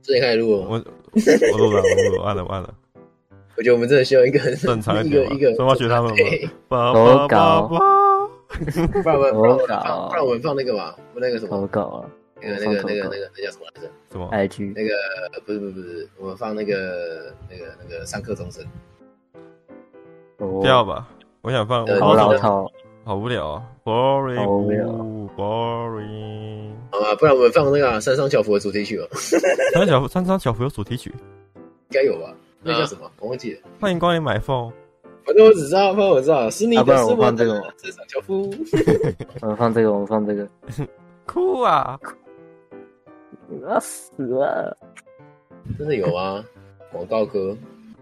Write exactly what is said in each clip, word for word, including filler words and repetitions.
这里开始录了， 我我录了，我录了，完了完了。 我觉得我们真的需要一个很正常一个一个， 所以我要学他们嘛。 投稿， 不然我们不然我们放不然我们放那个嘛，那个什么投稿啊， 那个那个那个那个那叫什么来着？ 什么 ？I G 那个不是不是不是，我们放那个那个那个上课钟声。 不不要吧，我想放。 好老套， 好无聊啊 ，boring， 好无聊 ，boring。 好吧，不然我们放那个山上小福的主题曲哦。 山小山上小福有主题曲， 应该有吧？那叫什么？我忘记了。 欢迎光临买凤。 反正我只知道，反正我知道是你的，是我放这个。 山上小福。 我们放这个，我们放这个。 哭啊！ 我要死了！ 真的有啊，广告歌。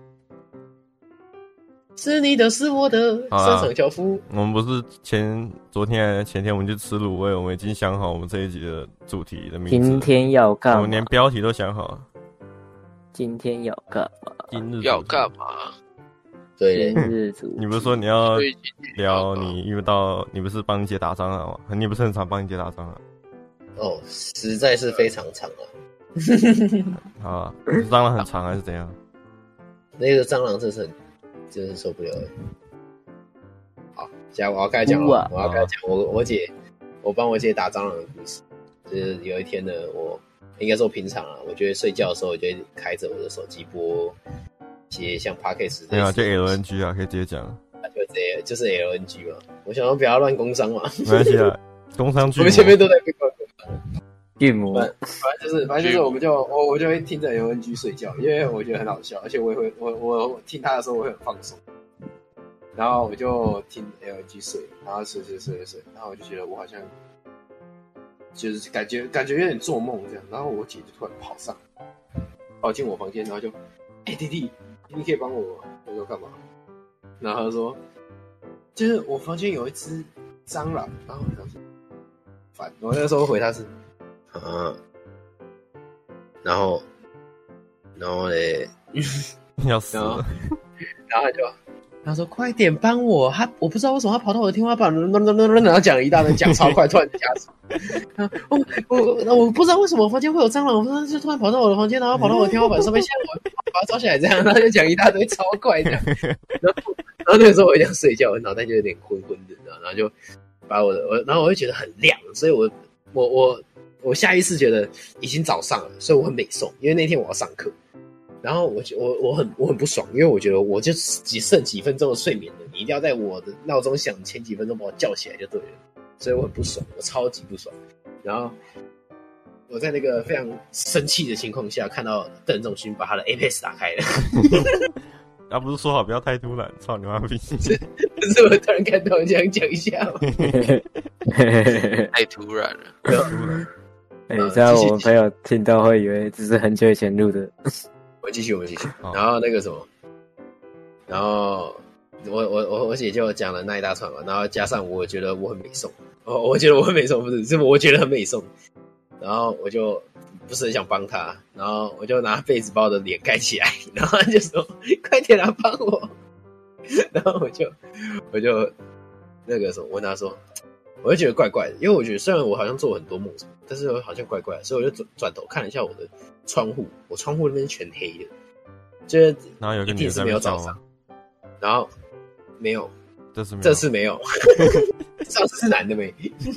是你的，是我的，山上樵夫。 我们不是前昨天还是前天我们去吃卤味，我们已经想好我们这一集的主题的名字。 今天要干嘛？ 我们连标题都想好了。 今天要干嘛？ 今日要干嘛？ 对， 今日主题。 你不是说你要聊你遇到你不是帮你姐打蟑螂吗？你不是很常帮你姐打蟑螂？ 哦，实在是非常长啊。 好啊，蟑螂很长还是怎样？ 那个蟑螂真是很。真是受不了了。好，现在我要开始讲了，啊、我要开始讲我我姐，我帮我姐打蟑螂的故事。就是有一天呢，我应该说平常啊，我觉得睡觉的时候，我就会开着我的手机播一些像 Podcast 没有，就 L N G 啊，可以直接讲。 就直接就是 L N G 嘛。我想说不要乱工商嘛。 没关系啊，工商剧。 我们前面都在被工商。 巨魔， 反正就是，反正就是，我们就我我就会听着 L N G 睡觉，因为我觉得很好笑，而且我也会我我我听他的时候我会很放松，然后我就听 L N G 睡，然后睡睡睡睡，然后我就觉得我好像就是感觉感觉有点做梦这样，然后我姐就突然跑上，跑进我房间，然后就，哎、欸、弟弟，你可以帮我吗？我说干嘛？然后他说，就是我房间有一只蟑螂，然后我当时烦，我那个时候回他是。啊，然后，然后嘞， 要死了， 然后他就他说快点帮我，他我不知道为什么他跑到我的天花板，然后讲了一大堆，讲超快，突然加速。我我我不知道为什么我房间会有蟑螂，我不知道就突然跑到我的房间，然后跑到我的天花板上面，现在我把它抓起来这样，然后就讲一大堆超快这样。然后然后那个时候我这样睡觉，我脑袋就有点昏昏的，然后就把我的我，然后我就觉得很亮，所以我我我。我下意识觉得已经早上了，所以我很美送，因为那天我要上课，然后我我我很我很不爽，因为我觉得我就只剩几分钟的睡眠了，你一定要在我的闹钟响前几分钟把我叫起来就对了，所以我很不爽，我超级不爽。然后我在那个非常生气的情况下，看到邓仲勋把他的 Apex 打开了。 他、啊、不是说好不要太突然，操你妈逼！ 不是我突然看到这样讲一下吗？ 太突然了， 太突然。 哎、欸，这样我们朋友听到会以为这是很久以前录的。 我继续，我继续。然后那个什么，然后我我我我姐就讲了那一大串嘛，然后加上我觉得我很美颂，哦，我觉得我很美颂，不是，是我觉得很美颂。然后我就不是很想帮他，然后我就拿被子把我的脸盖起来，然后他就说：“快点来帮我。”然后我就我就那个什么，我问他说。我就觉得怪怪的，因为我觉得虽然我好像做很多梦什么，但是我好像怪怪的，所以我就转转头看了一下我的窗户，我窗户那边全黑的，就是然后有个一定是没有早上，然后没有， 这次没有， 这次没有，上次是男的没，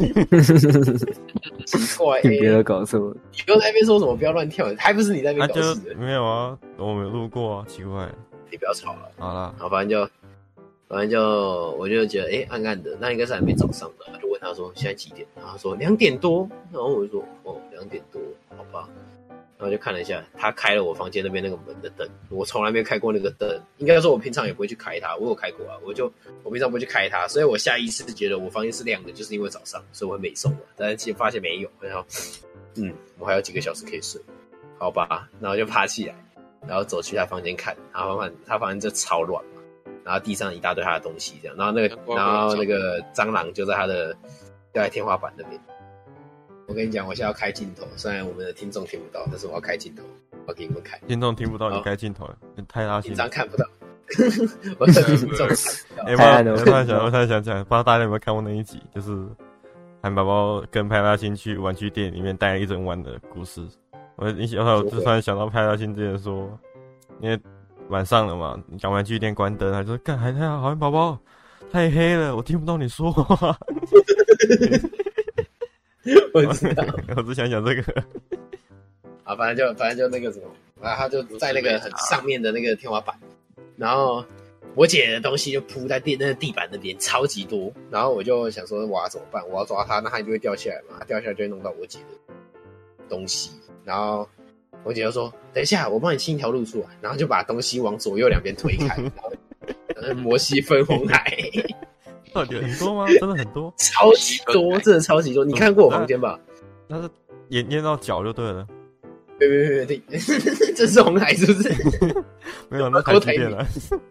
奇怪、欸， 你别都搞错了， 你不要在那边说什么不要乱跳，还不是你在那边搞事的， 没有啊，我没有录过啊，奇怪， 你不要吵了， 好啦， 好，反正就。反正就我就觉得哎、欸、暗暗的，那应该是还没早上的，我就问他说现在几点？然后他说两点多，然后我就说哦两点多，好吧，然后就看了一下，他开了我房间那边那个门的灯，我从来没有开过那个灯，应该说我平常也不会去开它，我有开过啊，我就我平常不会去开它，所以我下意识觉得我房间是亮的，就是因为早上，所以我很美送了，但是其实发现没有，然后嗯我还有几个小时可以睡，好吧，然后就爬起来，然后走去他房间看，然后他房间就超乱。然后地上一大堆他的东西，这样，然后那个，然后那个蟑螂就在他的，就在天花板那边。我跟你讲，我现在要开镜头，虽然我们的听众听不到，但是我要开镜头，我给你们看。 听众听不到，你开镜头了，太大声， 紧张看不到。我的听众看不到。 哎、欸，我突然想，我突然想起来，不知道大家有没有看过那一集，就是韩宝宝跟派大星去玩具店里面待了一整晚的故事。 我你想到，我突然想到派大星之前说，因为晚上了嘛，讲玩具店关灯，他就说：“干，还太好，好宝宝，太黑了，我听不到你说话。” 我知道， 我只想讲这个。 啊，反正就反正就那个什么，啊，他就在那个很上面的那个天花板，然后我姐的东西就铺在地那个地板那边，超级多。然后我就想说，我要怎么办？我要抓它，那它就会掉下来嘛，掉下来就会弄到我姐的东西。然后我姐就说：“等一下，我帮你清一条路出来。”然后就把东西往左右两边推开，然后摩西分红海。 到底很多吗？真的很多， 超级多，真的超级多。你看过我房间吧？ 那是淹淹到脚就对了。 别别别别，这是红海是不是？ 没有，那台积电了。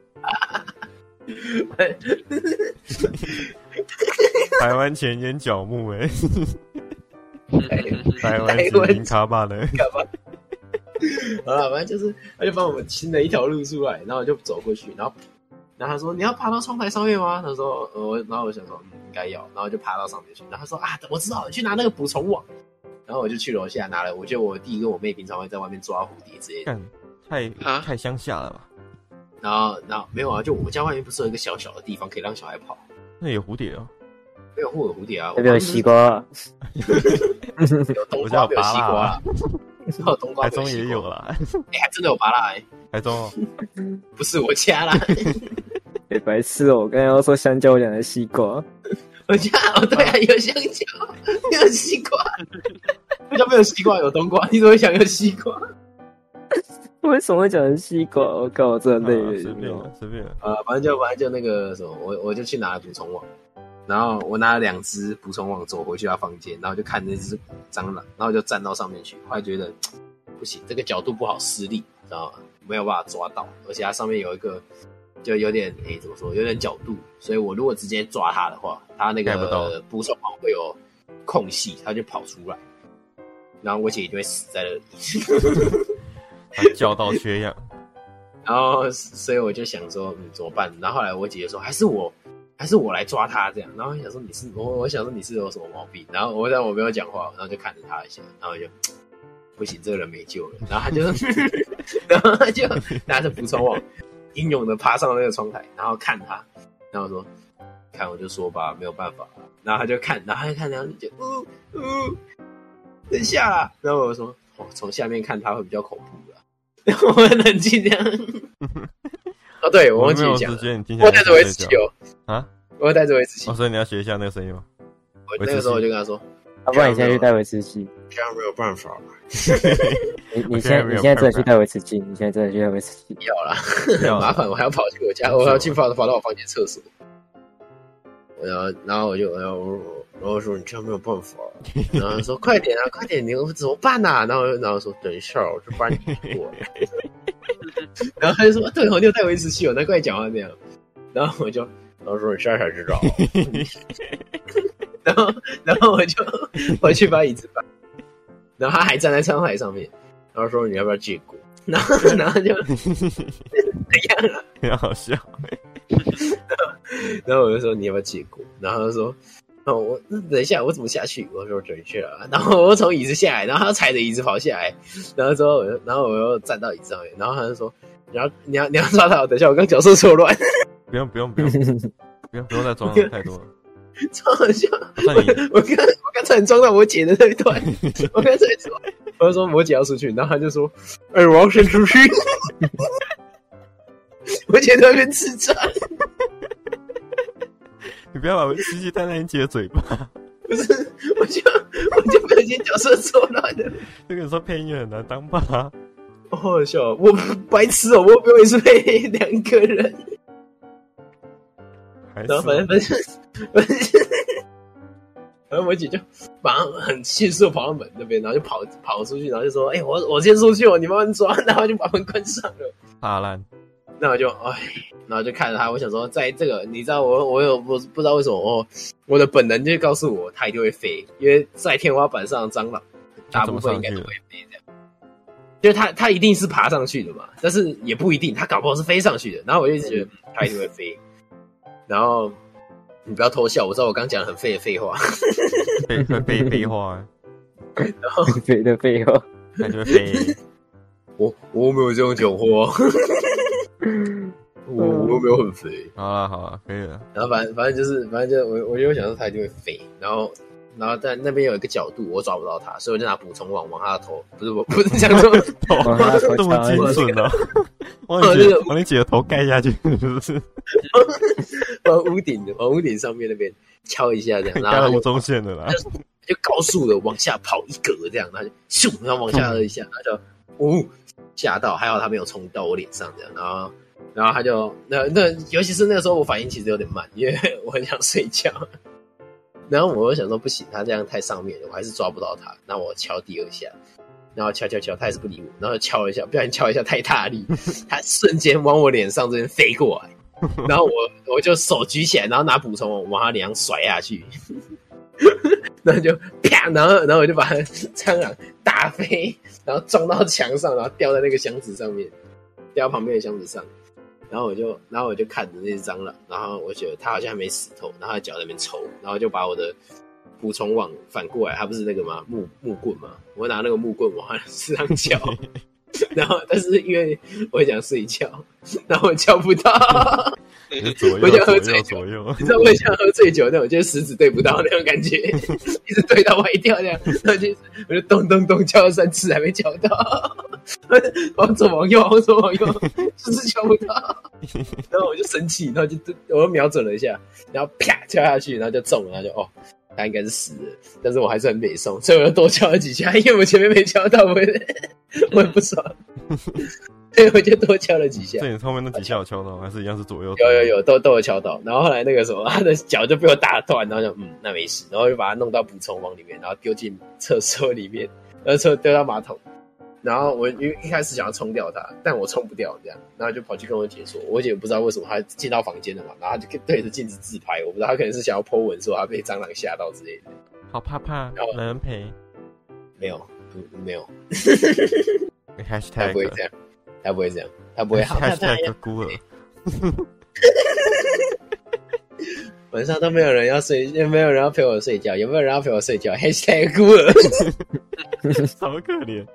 台湾前沿角木哎、欸，台湾是银卡巴的。 好了，反正就是他就帮我们清了一条路出来，然后我就走过去，然后然后他说你要爬到窗台上面吗？他说呃，然后我想说嗯应该要，然后就爬到上面去，然后他说啊我知道了，去拿那个捕虫网。然后我就去楼下拿了，我觉得我弟跟我妹平常会在外面抓蝴蝶之类的， 太太乡下了吧？ 然后然后没有啊，就我们家外面不是有一个小小的地方可以让小孩跑？ 那有蝴蝶哦， 没有会有蝴蝶啊， 那边有西瓜、啊， 有冬瓜没有西瓜啦，有冬瓜台中也有啦， 哎、欸，还真的有芭乐哎， 台中哦， 不是我家啦， 哎、欸、白痴哦，我刚才要说香蕉，我讲的西瓜。 我家哦，对啊，有香蕉，有西瓜，我家没有西瓜，有冬瓜，你怎么会想有西瓜？ 为什么会讲成西瓜？我靠，我真的累了， 随便了，随便了。 啊，反正就反正就那个什么，我我就去拿了捕虫网，然后我拿了两只捕虫网走回去他房间，然后就看那只蟑螂，然后就站到上面去，后来觉得不行，这个角度不好施力，知道吗？没有办法抓到，而且它上面有一个。就有点诶、欸，怎么说？有点角度，所以我如果直接抓它的话，它那个捕虫网会有空隙，它就跑出来，然后我姐就会死在那里。 他叫到缺氧， 然后所以我就想说，嗯，怎么办？然后后来我姐就说，还是我，还是我来抓它这样。然后我想说你是我，我想说你是有什么毛病？然后我但我没有讲话，然后就看着他一下，然后就不行，这个人没救了。然后他就，然后他就拿着捕虫网。英勇的爬上那个窗台，然后看他，然后说：“看，我就说吧，没有办法。”然后他就看，然后他就看，然后就呜呜，等一下啦。然后我就说：“哦，从下面看他会比较恐怖啦。”然后我很冷静这样。哦，对，我忘记讲了，我带着维持器哦。啊？我带着维持器。 哦，所以你要学一下那个声音吗？ 我那个时候我就跟他说：“ 要、啊、不然你现在去带维持器。” 这样没有办法。 你你现在你现在真的去带维持器？你现在真的去带维持器？ 要啦，很麻烦，我还要跑去我家，我还要去跑跑到我房间厕所。然后然后我就然后然后说你这样没有办法，然后说快点啊，快点，你怎么办啊？然后然后说等一下，我就帮你过来。然后他就说对，我就带维持器，我难怪讲话这样。然后我就然后说你现在才知道。然后然后我就回去把椅子搬。然后他还站在窗台上面，然后说你要不要借过？然后然后就怎样了？ 很好笑。 然后然后我就说你要不要借过？然后他就说哦我等一下我怎么下去？我说等一下。然后我从椅子下来，然后他踩着椅子跑下来，然后之后我就然后我又站到椅子上面，然后他就说你要你要你要抓他，等一下我刚角色错乱。 不用不用不用不用不用再装了，太多了。 超好笑！我我刚我刚才装到我姐的那一段，我刚才说，我就说我姐要出去，然后他就说：“哎、欸，我要先出去。”我姐在那边吃饭。 你不要把维持器戴在你姐的嘴巴。 不是，我就我就不小心角色错乱了。 这个时候配音乐很难当吧？ 好好笑！我白痴哦、喔，我不会是配两个人。然后反正反正反正，然后我姐就马上很迅速跑到门那边，然后就跑跑出去，然后就说：“哎、欸，我我先出去哦，你慢慢抓。”然后就把门关上了。 怕烂。 那我就哎，然后就看着他，我想说，在这个你知道我我有我不知道为什么我我的本能就告诉我它一定会飞，因为在天花板上的蟑螂大部分应该都会飞这样。就是它它一定是爬上去的嘛，但是也不一定，它搞不好是飞上去的。然后我就一直觉得它一定会飞。然后你不要偷笑，我知道我刚讲的很废的废话， 废废废话、欸， 然后废的废话， 它就会飞。 我我没有这种酒货，我我又没有很肥。 好啦好啦，可以了。 然后反正反正就是反正就我我就想说它一定会飞，然后然后但那边有一个角度我抓不到它，所以我就拿捕虫网往它的头，不是我不是这样说， 往他的头这么精准哦！往你姐往你姐的头盖下去，是不是？ 往屋顶的往屋顶上面那边敲一下这样，然后盖到无中线的啦。 就高速的往下跑一格这样，然后就咻，然后往下一下，然后就哦吓到，还好他没有冲到我脸上这样，然后然后他就那那尤其是那个时候我反应其实有点慢，因为我很想睡觉，然后我就想说不行，他这样太上面了，我还是抓不到他，那我敲第二下，然后敲敲敲，他还是不理我，然后敲了一下，不小心敲一下太大力，他瞬间往我脸上这边飞过来，然后我我就手举起来，然后拿捕虫网往他脸上甩下去。然后就啪，然后然后我就把蟑螂打飞，然后撞到墙上，然后掉在那个箱子上面，掉到旁边的箱子上。然后我就然后我就看着那只蟑螂，然后我觉得它好像还没死透，然后它脚在那边抽，然后就把我的捕虫网反过来，它不是那个吗？木木棍嘛，我拿那个木棍往它身上敲，然后但是因为我想睡觉，然后我敲不到。我想喝醉酒，你知道我想喝醉酒那种，就是食指对不到那种感觉，一直对到歪掉这样，然后就我就咚咚咚敲了三次还没敲到，往左往右往左往右，就是敲不到，然后我就生气，然后就我又瞄准了一下，然后啪跳下去，然后就中了，然后就哦，他应该是死了，但是我还是很美送，所以我又多敲了几下，因为我前面没敲到，我我很不爽。所以我就多敲了几下。 这你后面那几下有敲到，还是一样是左右？ 有有有，都都有敲到。然后后来那个什么，他的脚就被我打断，然后就嗯，那没事，然后就把它弄到捕虫网里面，然后丢进厕所里面，然后丢到马桶。然后我因为一开始想要冲掉它，但我冲不掉，这样，然后就跑去跟我姐说，我姐不知道为什么她进到房间了嘛，然后她就对着镜子自拍，我不知道她可能是想要 po 文说她被蟑螂吓到之类的。 好怕怕，有人陪？没有， 没有。 hashtag 他不会这样，他不会这样，他不会好看。 hashtag 孤儿。 晚上都没有人要睡，也没有人要陪我睡觉，有没有人要陪我睡觉 ？hashtag 孤儿， 好可怜。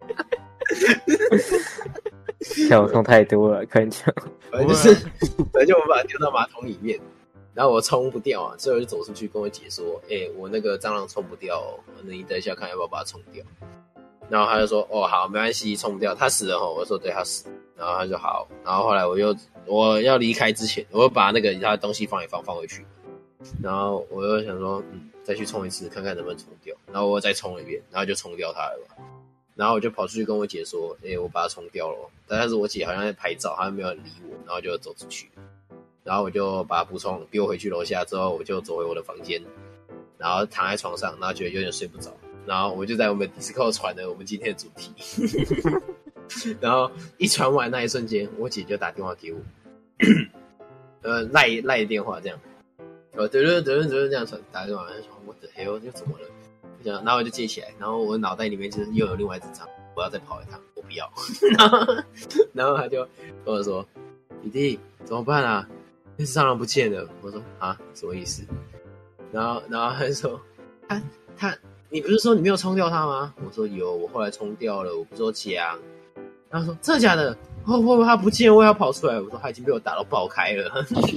跳痛太多了，看讲。 反正就是，反正就我把它丢到马桶里面，然后我冲不掉啊，所以我就走出去跟我姐说：“哎、欸，我那个蟑螂冲不掉、哦，那你等一下看要不要把它冲掉。”然后他就说：“哦，好，没关系，冲不掉，他死了吼。”我说：“对，他死了。”然后他就好。然后后来我又我要离开之前，我又把那个他的东西放一放，放回去。然后我又想说，嗯，再去冲一次，看看能不能冲掉。然后我又再冲一遍，然后就冲掉它了吧。然后我就跑出去跟我姐说：“哎、欸，我把它冲掉了。”但是我姐好像在拍照，她没有很理我，然后就走出去。然后我就把它补充丢回去楼下之后，我就走回我的房间，然后躺在床上，然后觉得有点睡不着。然后我就在我们 Discord 传了我们今天的主题，然后一传完那一瞬间，我姐就打电话给我，呃，赖赖电话这样，我得得得得这样传打电话，她说我的 hell 又怎么了？这样，然后我就接起来，然后我脑袋里面就是又有另外一只蟑螂，我要再跑一趟，我不要，然后然后他就跟我说，弟弟怎么办啊？那只蟑螂不见了。我说啊，什么意思？然后然后他就说，他他。你不是说你没有冲掉它吗？我说有，我后来冲掉了，我不是说讲。然后说真的假的？哦，我以为它不见，我要跑出来。我说它已经被我打到爆开了。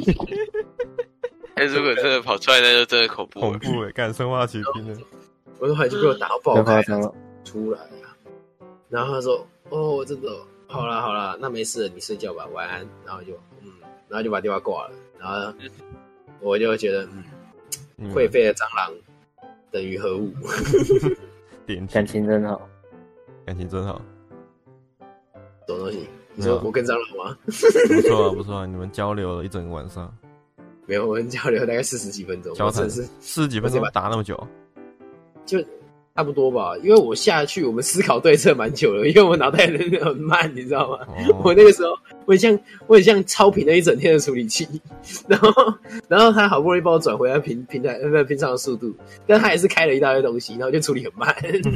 哎、欸，如果真的跑出来，那就真的恐怖了。 恐怖哎，干生化奇兵的。 我说它已经被我打到爆开了，出来啊。然後他說：“哦，真的，好啦好啦，那没事了，你睡觉吧，晚安。”然後就嗯，然後就把電話掛了。然後我就覺得嗯，會飛的蟑螂等於何物？ 感情真好， 感情真好。 什麼東西？你說我跟蟑螂嗎？ 不錯啊，不錯啊，你們交流了一整個晚上。 沒有，我們交流大概四十幾分鐘。 交談四十幾分鐘打那麼久？ 就差不多吧，因為我下去，我們思考對策蠻久了，因為我腦袋很慢，你知道嗎？哦、我那個時候，我很像，我很像超頻了一整天的處理器，然後，然後他好不容易幫我轉回來平平台，呃，平常的速度，但他還是開了一大堆東西，然後就處理很慢。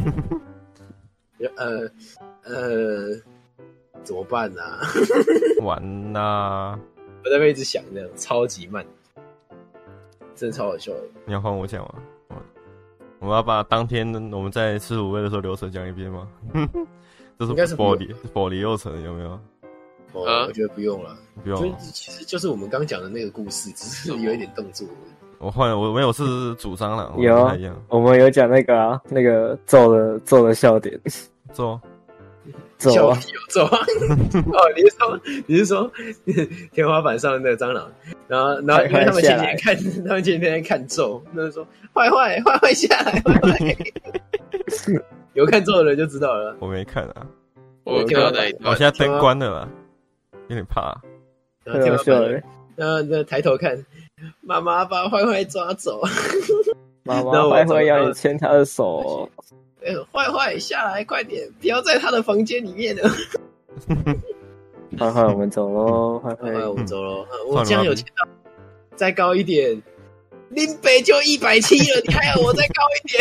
呃呃，怎麼辦呢、啊？ 完啦！ 我在那邊一直想，那樣超級慢，真的超好笑的。 你要換我講嗎？我我们要把当天我们在吃卤味的时候流程讲一遍吗？这是玻璃玻璃幼成有没有？ 哦，我觉得不用了， 不用。 其实就是我们刚讲的那个故事，只是有一点动作而已。 我换了，我没有是主张了， 有不太一样。 我们有讲那个啊，那个揍的揍的笑点， 揍。 走啊！ 走啊！哦，你是说你是说天花板上的那个蟑螂，然后然后因为他们前天看，他们前天看咒，那就说坏坏坏坏下来，坏坏。有看咒的人就知道了。 我没看啊， 我看到那一段。 我现在灯关了啦，有点怕。 然后天花板，然后那抬头看，妈妈把坏坏抓走。 妈妈坏坏要你牵他的手。 坏坏下来，快点！不要在他的房间里面了。 坏坏，我们走喽！坏坏， 我们走喽！我这样有签到，再高一点。林北就一百七了，你还要我再高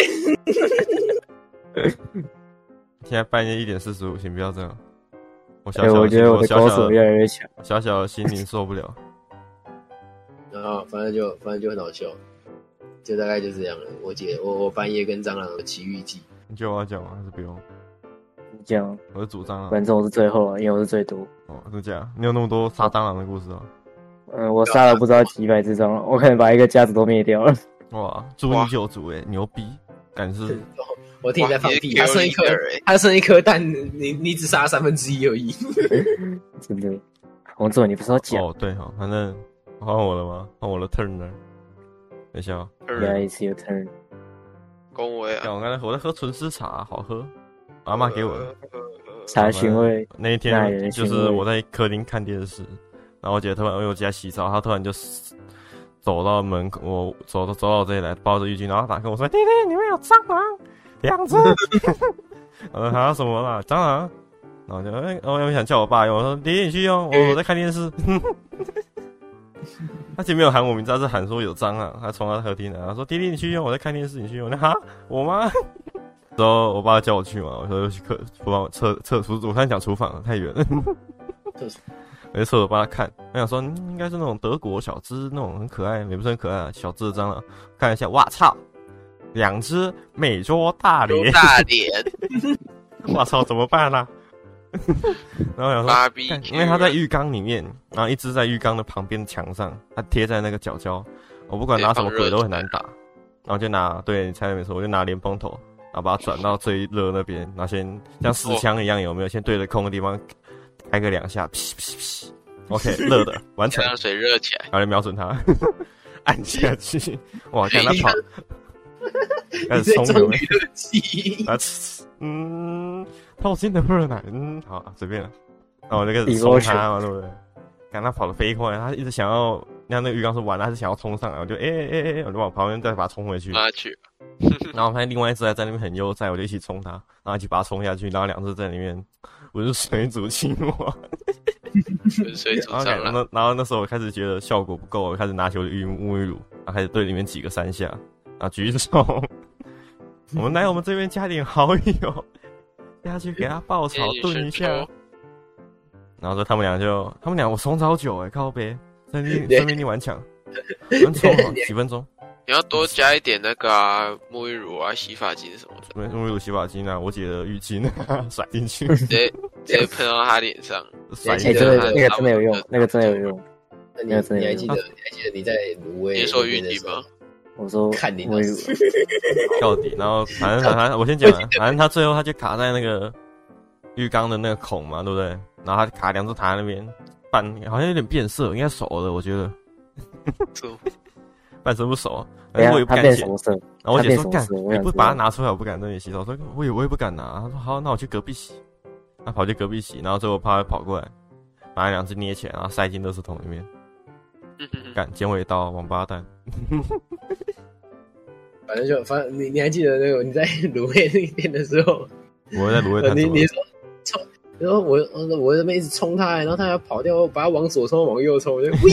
一点？ 现在半夜一点四十五，请不要这样。我小小的，我觉得我的高手越来越强， 小小的心灵受不了。 然后反正就反正就很好笑，就大概就这样了。我姐，我我半夜跟蟑螂的奇遇记。 你觉得我要讲吗？还是不用？ 你讲， 我是主张啊。 反正我是最后啊，因为我是最多。 哦，是这样。你有那么多杀蟑螂的故事哦？ 嗯，我杀了不知道几百只蟑螂，我可能把一个家族都灭掉了。 哇，诛一救族哎，牛逼！敢是？ 我听你在放屁，他剩一颗，他剩一颗蛋，你你只杀三分之一而已。 真的，王总，你不是要讲？ 哦，对哈，反正换我了吗？换我的 turn 了。等一下哦。 Yeah, it's your turn. 恭维啊！ 我刚才我在喝纯丝茶，好喝。阿嬷给我的茶熏味。 那一天就是我在客厅看电视，然后我姐突然因为我姐在洗澡，她突然就走到门口，我走到走到我这里来，抱着浴巾，然后打开我说：“弟弟，里面有蟑螂，两只。”我说：“还有什么啦？蟑螂？”然后就哎，我又想叫我爸用，我说：“弟弟你去用，我我在看电视。”他前面有喊我名字，他是喊说有蟑螂，他冲到客厅来，他说：“弟弟你去用，我在看电视，你去用。”哈，我吗？之后我爸叫我去嘛，我说去客厨房厕厕厨，我刚讲厨房太远了，我就厕所帮他看，我想说、嗯、应该是那种德国小只那种很可爱，也不是很可爱啊，小只的蟑螂，看一下，哇操，两只美洲大蠊， 大蠊， 哇操，怎么办啊？然后我想说，因为它在浴缸里面，然后一只在浴缸的旁边墙上，它贴在那个角角，我不管拿什么鬼都很难打，然后就拿，对，你猜的没错，我就拿莲蓬头，然后把它转到最热那边，然后先像试枪一样，有没有？先对着空的地方开个两下，噗噗噗 ，OK， 热的完成， 让水热起来， 然后就瞄准它，按下去，哇，看它跑，开始冲有没有？啊，嗯。透心的热奶，嗯，好，随便了。然后我就开始冲他嘛，对不对？看他跑得飞快，他一直想要，那那个浴缸是完了，他是想要冲上来，我就哎哎哎，我就往旁边再把他冲回去。 拉去。 然后发现另外一只还在那边很悠哉，我就一起冲他，然后一起把他冲下去，然后两只在里面温水煮青蛙。 温水煮蟑螂。 然后然后那时候我开始觉得效果不够，我开始拿起我的浴沐浴乳，然后开始对里面挤个三下，然后举手，我们来我们这边加点蚝油。下去给他爆炒炖一下，然后说他们俩就他们俩我冲超久哎、欸，靠北，生命生命力顽强，能冲好几分钟。 你要多加一点那个啊，沐浴乳啊、洗发精什么的。 沐浴乳、洗发精啊，我姐的浴巾啊，甩进去， 直接直接喷到他脸上， 甩进去。那个那个真的有用，那个真的有用。 那你你还记得？你还记得你在芦苇？ 你说浴巾吗？ 我说看你沐浴乳到底，然后反正反正我先讲，反正他最后他就卡在那个浴缸的那个孔嘛，对不对？然后他卡两只塔在那边，半好像有点变色，应该熟了，我觉得。半生不熟，我也不敢捡。然后我姐说：“干，你不把它拿出来，我不敢在那里洗澡。”我说：“我也我也不敢拿。”他说：“好，那我去隔壁洗。”他跑去隔壁洗，然后最后怕他跑过来，把那两只捏起来，然后塞进垃圾桶里面。干，剪尾刀，王八蛋。 反正就反正你你还记得那个你在芦苇那边的时候， 我在芦苇滩。 你你说冲，然后我我在那边一直冲他，然后他要跑掉，把他往左冲，往右冲，我就喂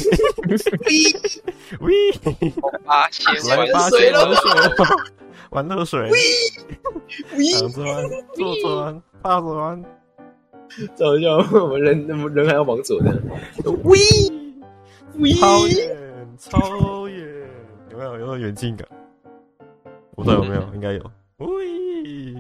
喂喂， 八仙来八仙玩水，玩热水， 喂躺着玩，坐着玩，趴着玩， 走就我们人人还要往左的，喂喂， 超远超远，有没有有没有远近感？ 我不知道有没有，应该有。喂，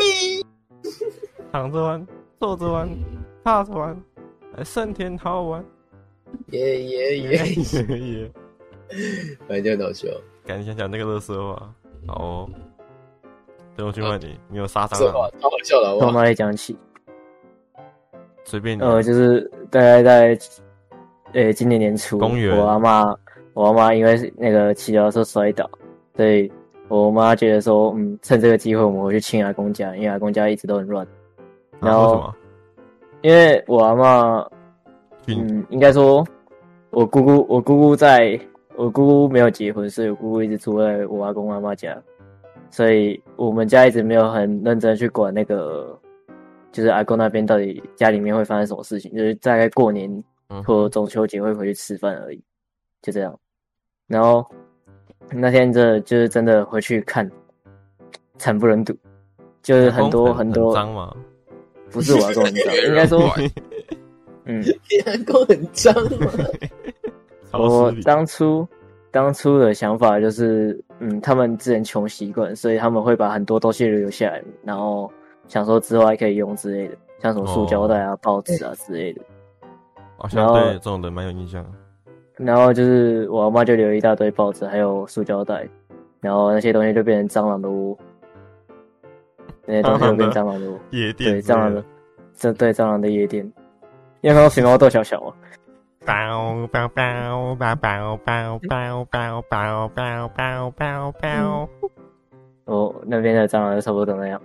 躺着玩，坐着玩，趴着玩，升天好玩。 耶耶耶耶耶！ 反正就搞笑。 赶紧想想那个乐色话。好哦。最后去问你，你有杀蟑螂？超好笑的， 从哪里讲起？ 随便你。 呃，就是大概在，呃，今年年初， 公园， 我阿妈，我阿妈因为那个骑脚踏车摔倒，所以我妈觉得说，嗯，趁这个机会我们回去亲阿公家，因为阿公家一直都很乱。然后， 啊、 因为我阿妈，嗯，应该说，我姑姑，我姑姑在，我姑姑没有结婚，所以我姑姑一直住在我阿公阿妈家，所以我们家一直没有很认真去管那个。就是阿公那边到底家里面会发生什么事情，就是大概过年或中秋节会回去吃饭而已，就这样。然后那天这就是真的回去看，惨不忍睹，就是很多很多。 脏吗？ 不是我阿公很脏，应该说，嗯， 你阿公很脏吗？ 我当初当初的想法就是，嗯，他们之前穷习惯，所以他们会把很多东西留下来，然后。想说之后还可以用之类的，像什么塑胶袋啊、哦、报纸啊之类的。 好像对这种人蛮有印象。 然后就是我阿妈就留一大堆报纸，还有塑胶袋，然后那些东西就变成蟑螂的窝。那些东西就变蟑螂的窝。 夜店。 对，蟑螂的，这对蟑螂的夜店。你有看到水猫逗小小吗？ 包包包包包包包包包包包包包。 哦，那边的蟑螂就差不多那样。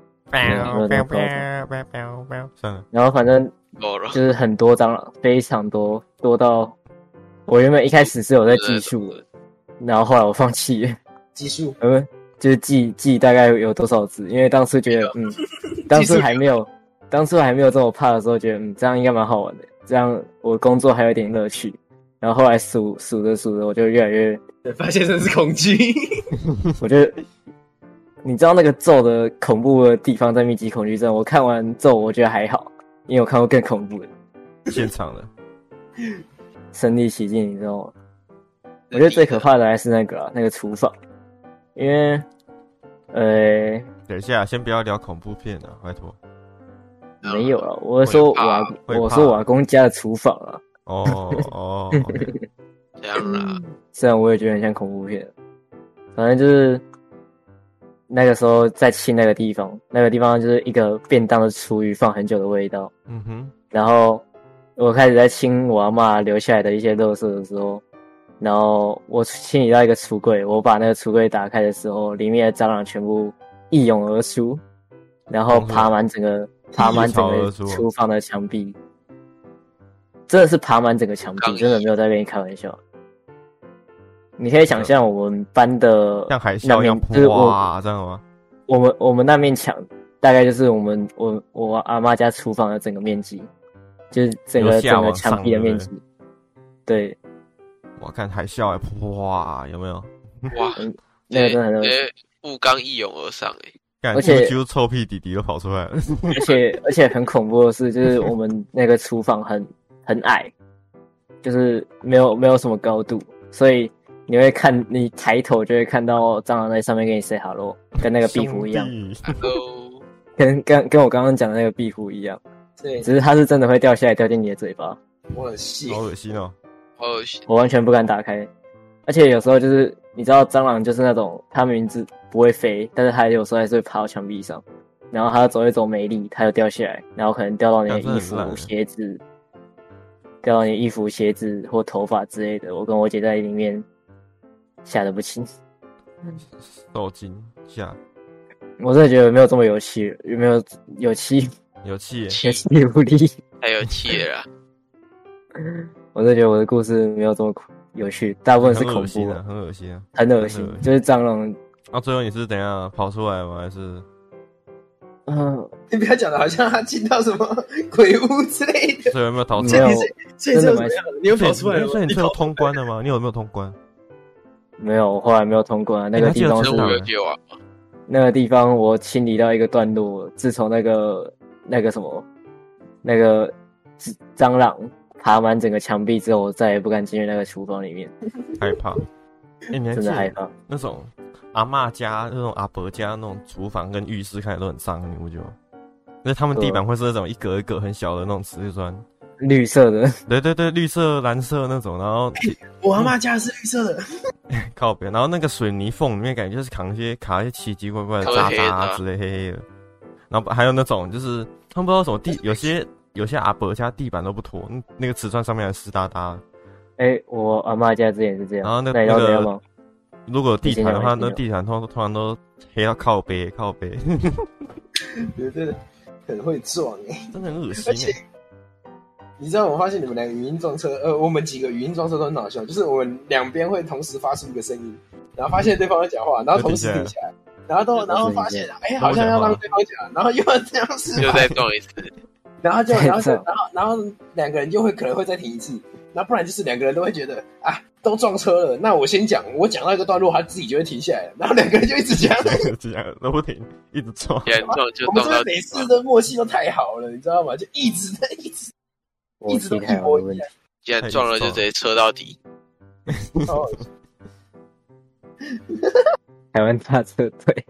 算了， 然后反正就是很多蟑螂，非常多，多到我原本一开始是有在计数的，然后后来我放弃了计数， 呃，就是记记大概有多少只，因为当初觉得嗯，当初还没有，当初还没有这么怕的时候，觉得嗯这样应该蛮好玩的，这样我工作还有点乐趣。然后后来数数着数着，我就越来越发现这是恐惧， 我觉得。你知道那个咒的恐怖的地方在密集恐惧症。我看完咒，我觉得还好，因为我看过更恐怖的现场的， 身临其境，你知道吗？我觉得最可怕的还是那个、啊、那个厨房，因为呃， 等一下，先不要聊恐怖片啊，拜托。 没有啊，我是说我阿我说我阿公家的厨房啊。 哦哦， 这样啦。 虽然我也觉得很像恐怖片，反正就是。那个时候在清那个地方，那个地方就是一个便当的厨余放很久的味道。 嗯哼。 然后我开始在清我阿嬷留下来的一些垃圾的时候，然后我清理到一个橱柜，我把那个橱柜打开的时候，里面的蟑螂全部一涌而出，然后爬满整个爬满整个厨房的墙壁，真的是爬满整个墙壁，真的没有在跟你开玩笑。你可以想象我们班的像海啸一样哇，这样吗？ 我们我们那面墙大概就是我们我我阿妈家厨房的整个面积，就是整个整个墙壁的面积。对， 我看海啸哎，哇，有没有？ 哇， 嗯、那个真的很恶心， 雾缸一涌而上哎， 而且就臭屁弟弟都跑出来了。 而且而且很恐怖的是，就是我们那个厨房很很矮，就是没有没有什么高度，所以。你会看，你抬头就会看到蟑螂在上面跟你 say hello， 跟那个壁虎一样，跟跟跟我刚刚讲的那个壁虎一样，对，只是它是真的会掉下来掉进你的嘴巴， 我很细， 好恶心哦， 好恶心， 我完全不敢打开，而且有时候就是你知道蟑螂就是那种它明知不会飞，但是它有时候还是会爬到墙壁上，然后它走一走没力，它就掉下来，然后可能掉到你的衣服、鞋子，掉到你的衣服、鞋子或头发之类的。我跟我姐在里面。吓得不轻， 受惊吓。 我真的觉得没有这么有气，有没有有气？ 有气， 有气无力， 太有气了啦。 我真的觉得我的故事没有这么有趣，大部分是恐怖的，很恶心啊， 很恶心，就是蟑螂。 啊，最后你是怎样跑出来吗？还是？ 嗯， 你不要讲的好像他进到什么鬼屋之类的。 所以有没有逃出来？ 没有，真的蛮像的。你有跑出来吗？ 所以你最后通关了吗？你有没有通关？ 没有，我后来没有通关、啊。那个地方是，那个地方我清理到一个段落。自从那个那个什么，那个蟑螂爬满整个墙壁之后，我再也不敢进入那个厨房里面。 害怕，欸、你还真的害怕。 那种阿嬷家那种阿伯家那种厨房跟浴室看起来都很脏，你不觉得？那他们地板会是那种一格一格很小的那种瓷砖， 绿色的， 对对对，绿色、蓝色那种，然后、 欸、我阿嬷家是绿色的， 靠边，然后那个水泥缝里面感觉就是扛一些卡一些奇奇怪怪的渣渣、啊、之类黑黑的，然后还有那种就是他们不知道什么地，有些有些阿伯家地板都不拖，那个瓷砖上面还湿哒哒的。 哎、欸，我阿嬷家之前是这样， 然后那那个如果有地毯的话，那地毯通通常都黑到靠背靠背， 对对对。很会撞哎、欸， 真的很恶心哎、欸！ 你知道我发现你们两个语音撞车，呃，我们几个语音撞车都很好笑，就是我们两边会同时发出一个声音，然后发现对方在讲话，然后同时停下来，然后都然后发现哎、欸，好像要让对方讲，然后又要这样试， 又再撞一次， 然后就然后就然后然后两个人就会可能会再停一次，然后不然就是两个人都会觉得啊。都撞车了，那我先讲，我讲到一个段落，他自己就会停下来了，然后两个人就一直讲， 这样都不停，一直撞， 严重就我们这每次的默契都太好了，你知道吗？就一直在一直一直都一模一样， 既然撞了就直接车到底。 台湾大车队，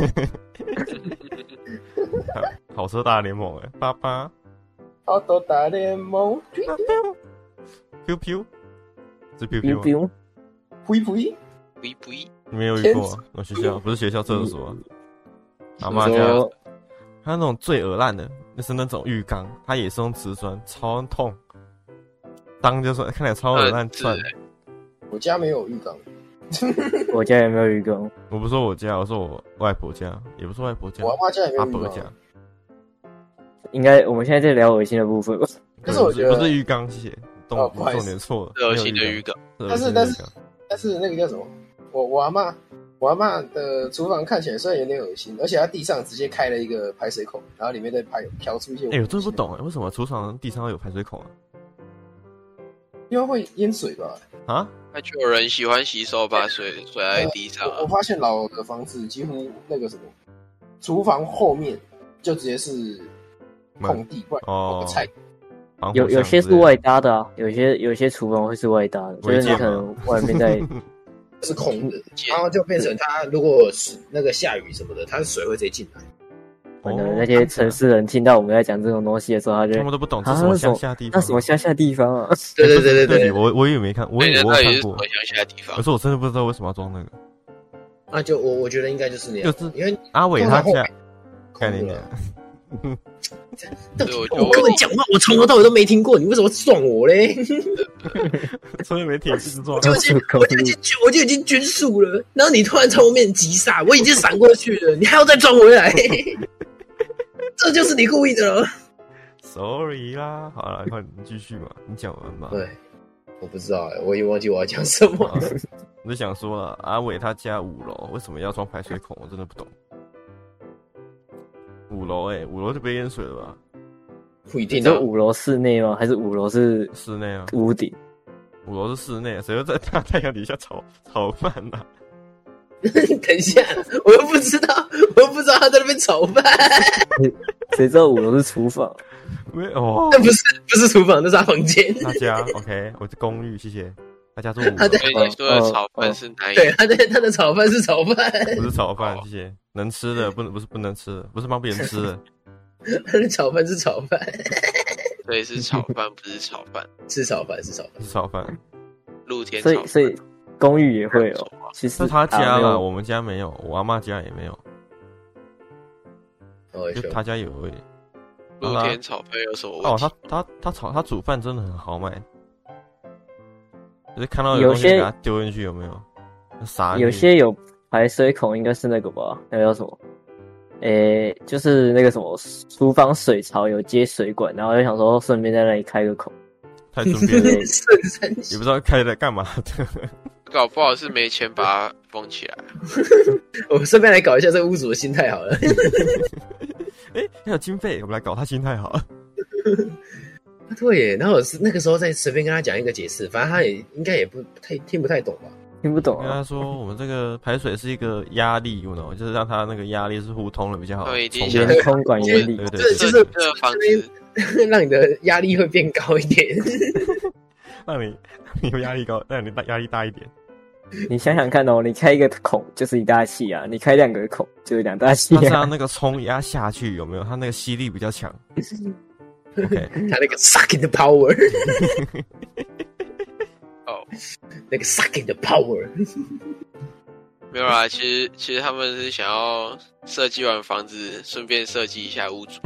跑车大联盟哎，爸爸， 跑车大联盟 ，Q Q。是 P P U， 呸呸呸呸， 没有遇过、啊。我学校不是学校厕所、啊，阿嬷家，他那种最恶烂的，那是那种浴缸，它也是用瓷砖，超痛。当就说看起来超恶烂串。 我家没有浴缸， 我家也没有浴缸。 我不说我家，我说我外婆家，也不是外婆家， 我阿嬷家也没有浴缸。 阿伯家。 应该我们现在在聊恶心的部分。 可是我觉得不是浴缸，谢谢。 哦， 不好意思，重点错了。 恶心的浴缸， 但是但是但是那个叫什么？我我阿嬷我阿嬷的厨房看起来虽然有点恶心，而且它地上直接开了一个排水孔，然后里面再排飘出一些。 哎、欸，我真不懂哎，为什么厨房地上会有排水孔啊？ 因为会淹水吧？ 啊？ 那就有人喜欢洗手，把水水在地上、啊呃我。我发现老的房子几乎那个什么，厨房后面就直接是空地，不然有个菜。 有有些是外搭的啊，有些有些厨房会是外搭的，就是你可能外面在是空的，然后就变成它如果是那个下雨什么的，它水会直接进来。 可能那些城市人听到我们在讲这种东西的时候，他就他们都不懂这是什么乡下地方， 那什么乡下地方啊？ 对对对对对， 我我也没看，我也我也看过乡下地方， 可是我真的不知道为什么要装那个。 那就我我觉得应该就是那样， 就是因为阿伟他家概念。 我跟你讲话，我从头到尾都没听过，你为什么撞我嘞？ 所以没听，一直撞。 就已经我就已经我就已经均速了，然后你突然从我面前急刹，我已经闪过去了，你还要再撞回来，这就是你故意的了。 Sorry 啦，好了，快你继续嘛，你讲完吧。 对，我不知道哎、欸，我也忘记我要讲什么。 我就想说了，阿伟他家五楼为什么要装排水孔？我真的不懂。五楼哎，五楼就被淹水了吧？ 不一定、啊。 这五楼室内吗？还是五楼是室内啊？ 屋顶。 五楼是室内，谁会在大太阳底下炒炒饭啊？ 等一下，我又不知道，我又不知道他在那边炒饭。 谁知道五楼是厨房？ 没有、哦， 那不是不是厨房，那是他房间。 他家 OK， 我是公寓，谢谢。他家住五楼。 所以你说的炒饭是哪一个？对，他的他的炒饭是炒饭， 不是炒饭，谢谢。能吃的不能不是不能吃的，不是帮别人吃的。 他的炒饭是炒饭， 对，是炒饭，不是炒饭， 是炒饭是炒饭是炒饭。 露天所以所以公寓也会有，其实是他家啦，我们家没有，我阿嬷家也没有。 哦， 就他家有而已。 露天炒饭有什么问题？ 哦，他他他炒他煮饭真的很豪迈，就是看到有东西给他丢进去，有没有？傻。 有些有排水孔，应该是那个吧？那个叫什么？诶、欸，就是那个什么厨房水槽有接水管，然后就想说顺便在那里开个孔。 太顺便了，也不知道开来干嘛的。 搞不好是没钱把它封起来。 我顺便来搞一下这个屋主的心态好了。 哎、欸，要有经费，我们来搞他心态好了。 对耶，然后我是那个时候再随便跟他讲一个解释，反正他也应该也不太听不太懂吧。 听不懂啊！ 跟他说，我们这个排水是一个压力，you know，就是让它那个压力是互通的比较好。 对， 连空管原理， 对对对，就是这个房子让你的压力会变高一点， 让你你有压力高，让你压力大一点。 你想想看哦，你开一个孔就是一大气啊，你开两个孔就是两大气、啊。 那这样那个冲压下去有没有？它那个吸力比较强。OK， 它那个 sucking 的 power。哦，那个 sucking 的 power。 没有啦，其实其实他们是想要设计完房子，顺便设计一下屋主。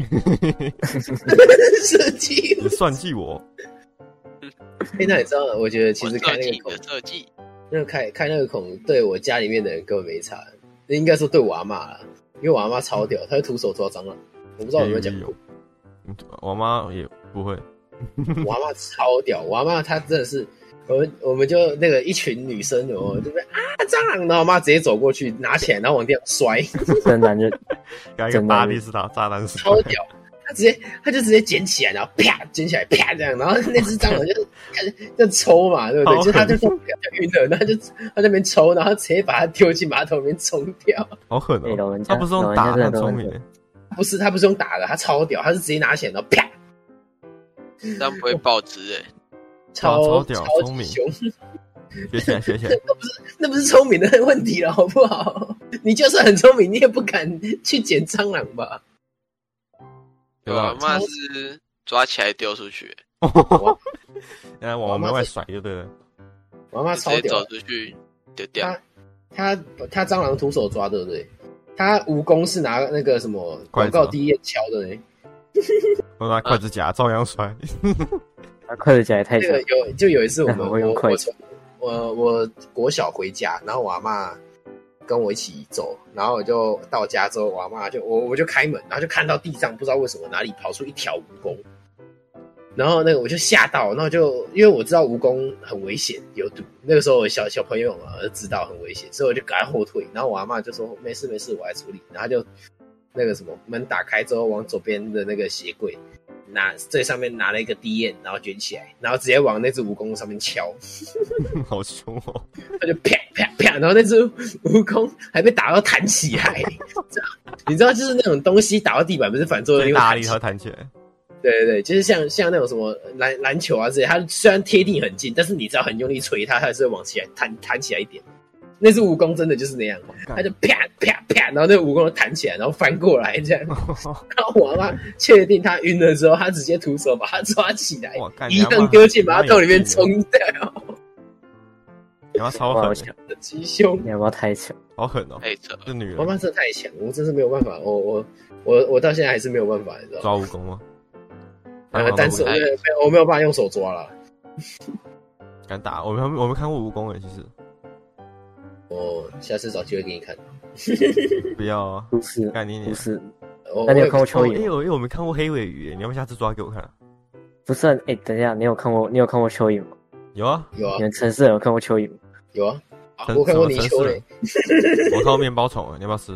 设计？ 你算计我？ 哎、欸，那你知道？我觉得其实开那个孔， 设计， 那个开开那个孔，对我家里面的人根本没差。那应该说对我阿嬷啦，因为我阿嬷超屌，她会徒手抓蟑螂。我不知道有没有讲过。 我妈也不会。 我阿嬷超屌，我阿嬷她真的是。我们我们就那个一群女生哦，这边啊蟑螂，然后我妈直接走过去拿起来，然后往地上摔， 真的就搞一个巴黎斯塔炸弹， 超屌！他直接他就直接捡起来，然后啪捡起来啪这样，然后那只蟑螂就开始就抽嘛，对不对？就他就就晕了，然后就他那边抽，然后直接把它丢进马桶里面冲掉， 好狠哦！他不是用打的，很聪明。 不是，他不是用打的，他超屌，他是直接拿起来然后啪， 这样不会爆汁哎。 超超屌， 超聪明， 凶， 学起来，学起来。 那不是那不是聪明的问题了，好不好？你就算很聪明，你也不敢去捡蟑螂吧？ 对吧？妈是抓起来丢出去， 然后往门外甩就对了。 我妈超屌， 走出去丢掉。 他他他蟑螂徒手抓的，对不对？他蜈蚣是拿那个什么广告第一眼敲的呢？ 我拿筷子夹，照样摔。 筷子夹也太小。 那个有就有一次我们我用筷子， 我我我国小回家，然后我阿嬷跟我一起走，然后我就到家之后，我阿嬷就我我就开门，然后就看到地上不知道为什么哪里跑出一条蜈蚣，然后那个我就吓到，然后就因为我知道蜈蚣很危险有毒，那个时候我小小朋友嘛就知道很危险，所以我就赶快后退，然后我阿嬷就说没事没事，我来处理，然后就那个什么门打开之后，往左边的那个鞋柜。拿最上面拿了一个滴眼，然后卷起来，然后直接往那只蜈蚣上面敲， 好凶哦！ 他就啪啪啪，然后那只蜈蚣还被打到弹起来，你知道，就是那种东西打到地板不是反作用力， 大力它弹起来。 对对对，就是像像那种什么篮篮球啊之类，它虽然贴地很近，但是你只要很用力捶它，它还是会往起来弹弹起来一点。那只蜈蚣真的就是那样，它就啪啪啪，然后那个蜈蚣就弹起来，然后翻过来这样。然后我妈确定它晕了之后，她直接徒手把它抓起来，一顿丢进马桶里面冲掉。 你妈超狠， 极凶！ 你妈太强， 好狠哦！ 太扯， 是女人。 我妈真的太强，我真是没有办法，我我我我到现在还是没有办法，你知道抓蜈蚣吗？ 呃，单手没有，我没有办法用手抓了。 敢打？我们我们看过蜈蚣诶，其实。 我下次找机会给你看。 不要啊！ 不是，不是。那你有看过蚯蚓？ 因为我没看过黑尾鱼，你要不下次抓给我看？ 不是，哎，等一下，你有看过你有看过蚯蚓吗？ 有啊， 有啊。 你们城市有看过蚯蚓吗？ 有啊，我看过泥鳅嘞。 我看过面包虫，你要不要吃？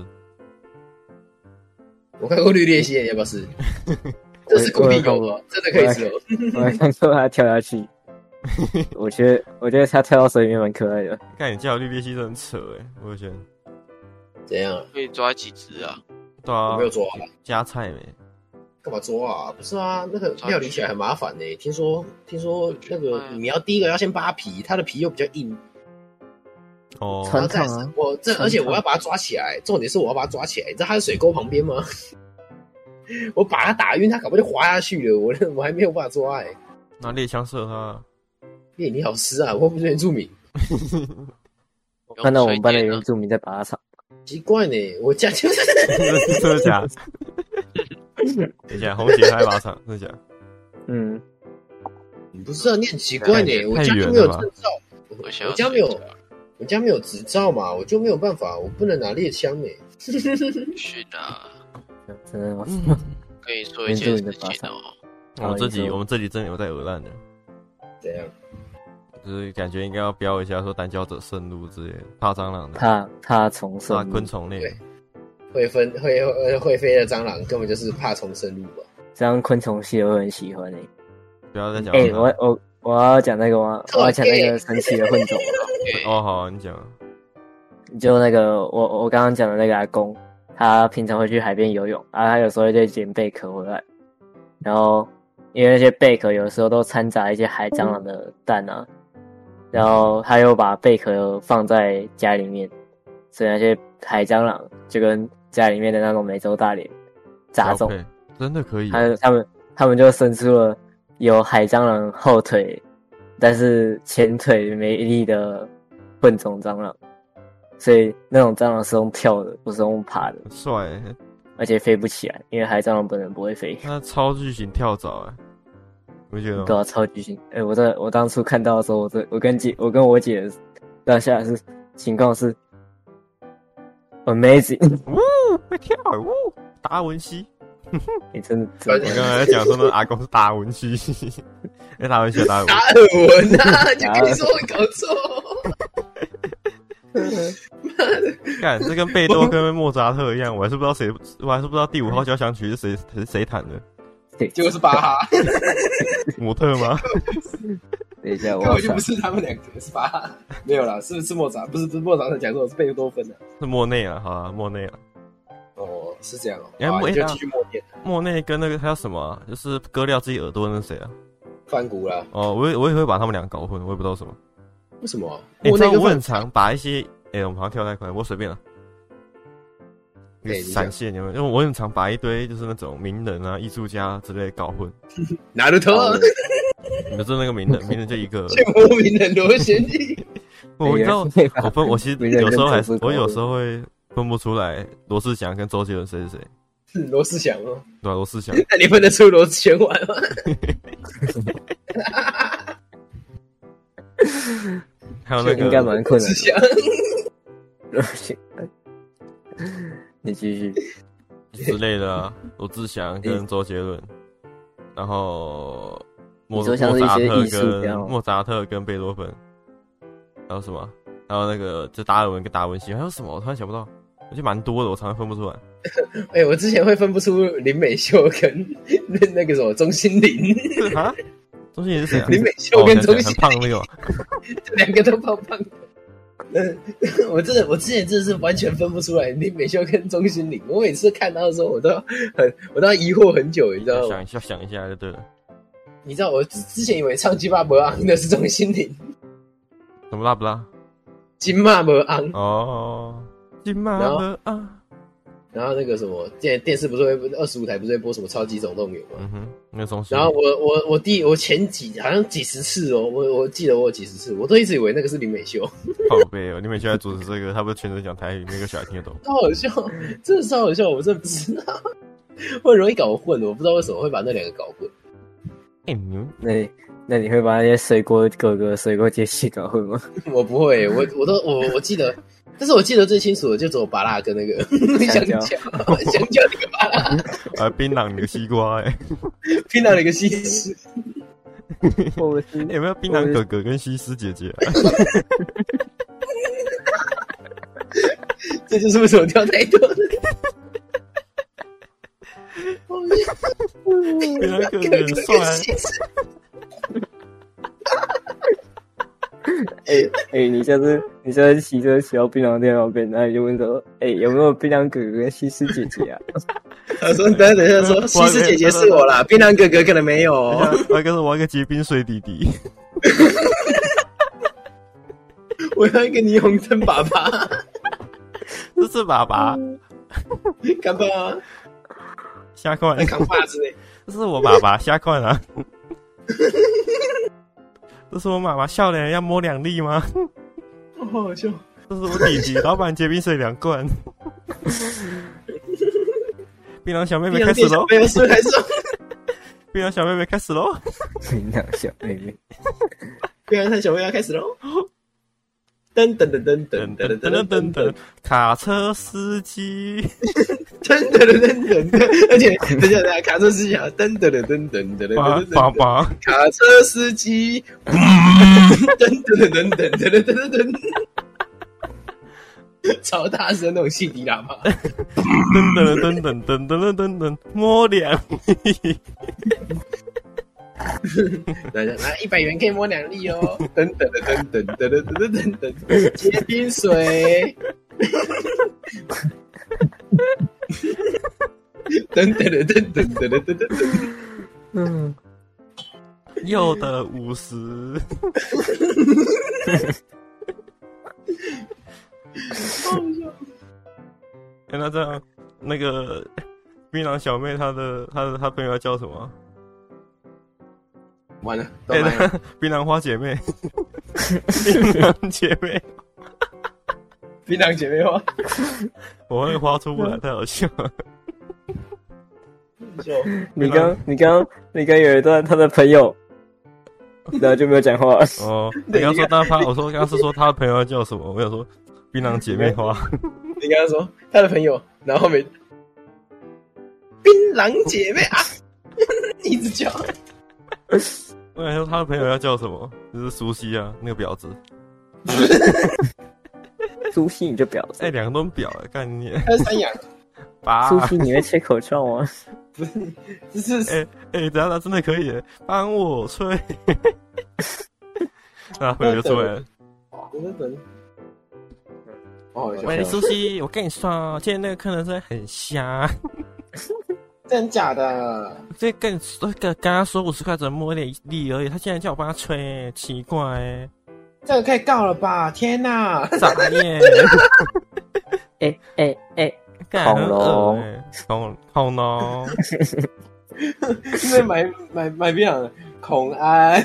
我看过绿鬣蜥，你要不要吃？这是固定有吗？真的可以吃哦。 我还看过它跳下去。我觉得，我觉得它跳到水里面蛮可爱的。 看你叫绿鬣蜥真的很扯哎，我觉得。 怎样？ 可以抓几只啊？ 对啊， 我没有抓啊。 加菜没？ 干嘛抓啊？不是啊，那个料理起来很麻烦呢、欸。听说，听说那个你要第一个要先扒皮，它的皮又比较硬。 哦， 然后再是我这，而且我要把它抓起来。重点是我要把它抓起来。你知道它在水沟旁边吗？我把它打晕，它搞不好就滑下去了。我我还没有办法抓哎、欸。 拿猎枪射它。 耶，你好湿啊！我不是原住民。 我看到我们班的原住民在拔草。 奇怪呢、欸，我家就是真的假的？等一下，红姐还拔草，真的假的？ 嗯， 不是啊，你很奇怪呢、欸，我家就没有证照，我我家没有，我家没有执照嘛，我就没有办法，我不能拿猎枪呢、欸。 是啊， 真的吗？ 跟你说一件事情哦， 我们这集我们这集真的有在鹅烂的。 怎样？ 就是感觉应该要标一下，说胆小者慎入之类的，怕蟑螂的， 怕怕虫怕昆虫类， 会分会会会飞的蟑螂根本就是怕虫渗入吧？ 这样昆虫系我很喜欢诶、欸。 不要再讲。 哎、欸，我我我要讲那个吗？我要讲那个神奇的混种。 哦，好、啊，你讲。 就那个我我刚刚讲的那个阿公，他平常会去海边游泳，啊，他有时候就捡贝壳回来，然后因为那些贝壳有时候都掺杂一些海蟑螂的蛋啊。 然后他又把贝壳放在家里面，所以那些海蟑螂就跟家里面的那种美洲大蠊杂种， 真的可以。 他他们他们就生出了有海蟑螂后腿，但是前腿没力的混种蟑螂，所以那种蟑螂是用跳的，不是用爬的， 帅， 而且飞不起来，因为海蟑螂本人不会飞。 那超巨型跳蚤哎，我觉得对啊，超巨型。哎、欸，我在我当初看到的时候，我这我跟姐我跟我姐的当下是情况是 amazing， 呜会跳呜达文西。 你、欸、真的，真的我刚才在讲说那阿公是达文西，哎，达文西，达文西， 达尔文啊，就跟你说我搞错。 干，这跟贝多跟莫扎特一样，我还是不知道谁，我还是不知道第五号交响曲是谁是谁弹的， 结果是巴哈， 模特吗？ 等一下，我根本就不是他们两个，是巴哈，没有啦，是是莫扎，不是不是莫扎特讲错，是贝多芬的， 是莫内啊，好啊，莫内啊。 哦，是这样哦。 哎，莫内就继续默念。 莫内跟那个还有什么、啊？就是割掉自己耳朵的那是谁啊？ 梵谷啦。 哦，我也我也会把他们俩搞混，我也不知道什么。 为什么、啊？ 欸、莫内跟我很常把一些，哎、欸，我们好像跳太快，我随便了。闪现有没有？因为我很常把一堆就是那种名人啊、艺术家之类搞混。 拿着头。 你们知道那个名人，名人就一个。 羡慕名人螺旋体。 我知道，我分我其实有时候还是，我有时候会。分不出来罗志祥跟周杰伦谁是谁？ 是罗志祥哦。 对啊，罗志祥。 那你分得出罗全完吗？ 还有那个应该蛮困难的。 罗志祥，你继续之类的啊，罗志祥跟周杰伦，然后莫莫扎特跟莫扎特跟贝多芬，还有什么？还有那个就达尔文跟达文西，还有什么？我突然想不到。而且蛮多的，我常常分不出来。 哎、欸，我之前会分不出林美秀跟那那个什么钟欣凌啊？钟欣凌是谁啊？ 林美秀跟钟欣凌、 哦、很胖那个， 两个都胖胖的。嗯，我真的，我之前真的是完全分不出来林美秀跟钟欣凌。我每次看到的时候，我都很，我都要疑惑很久，你知道吗？ 想一下，想一下就对了。 你知道我之前以为唱金马不昂的是钟欣凌， 怎么啦不啦？ 金马不昂哦。然后啊，然后那个什么，电电视不是会二十五台不是会播什么超级总动员吗？ 嗯哼，那东西。 然后我我我第我前几好像几十次哦，我我记得我有几十次，我都一直以为那个是林美秀。 宝贝哦，林美秀在主持这个，他不是全程讲台语，没个小孩听得懂。 超好笑，真的超好笑，我真的不知道，我很容易搞混，我不知道为什么会把那两个搞混。 哎、欸，你那你那你会把那些水果哥哥、水果姐姐搞混吗？ 我不会，我我都我我记得。但是我记得最清楚的就只有芭乐跟那个香蕉，香蕉那个芭乐， 啊，槟榔那个西瓜、欸，哎， 槟榔那个西施， 有没有槟榔哥哥跟西施姐姐、啊？ 这就是为什么跳太多了。 槟榔哥哥很帅。 哎哎、欸欸，你下次你下次骑车骑到槟榔店旁边，然后你就问说：“哎、欸，有没有槟榔哥哥跟西施姐姐啊？” 他说：“等等一下，说西施姐姐是我啦，槟榔哥哥可能没有、哦。” 我要跟我要一个结冰水弟弟， 我要一个霓虹灯爸爸， 这是爸爸， 干爸， 下款扛把子嘞， 这是我爸爸下款啊。这是我妈妈笑脸要摸两粒吗？ 好好笑。 这是我弟弟，老板结冰水两罐。槟榔小妹妹开始喽！ 槟榔小妹妹开始喽！ 槟榔小妹妹开始喽！ 槟榔小妹妹， 槟榔小妹妹要开始喽！噔噔噔噔噔噔噔噔噔， 卡车司机， 噔噔噔噔噔，而且等一下等一下，卡车司机啊，噔噔噔噔噔噔噔噔， 爸爸， 卡车司机，噔噔噔噔噔噔噔噔，超大声那种汽笛喇叭， 噔噔噔噔噔噔噔噔，摸两粒。 大家拿一百元可以摸两粒哦！噔噔噔噔噔噔噔噔噔噔，结冰水，噔噔噔噔噔噔噔噔。 嗯， 右的五十。哎，那这样，那个槟榔小妹她的她的她朋友要叫什么？ 完了， 哎、欸，槟榔花姐妹，槟榔姐妹， 槟榔姐妹花， 我会花出不来，太好笑了。 你刚你刚你刚有一段他的朋友，然后就没有讲话。 哦，你刚说他他，我说刚刚是说他的朋友要叫什么？我想说槟榔姐妹花。 你刚刚说他的朋友，然后后面槟榔姐妹啊，一直叫。 我想说他的朋友要叫什么？就是苏西啊，那个婊子。 苏西你就婊子？ 哎、欸，两个都婊哎，干你！ 他是山羊。 苏西你会吹口哨吗？ 不是，这是哎哎、欸，等下他真的可以帮我吹。啊，朋友就出来了。 等等。哦， 喂，苏西，我跟你说，今天那个客人真的很瞎。 真假的？ 这跟跟跟他说五十块只能摸一点力而已，他竟然叫我帮他吹，奇怪哎。 这个可以告了吧？天哪！ 傻耶！ 哎哎哎，恐龙， 恐恐龙， 因为买买买槟榔的孔安。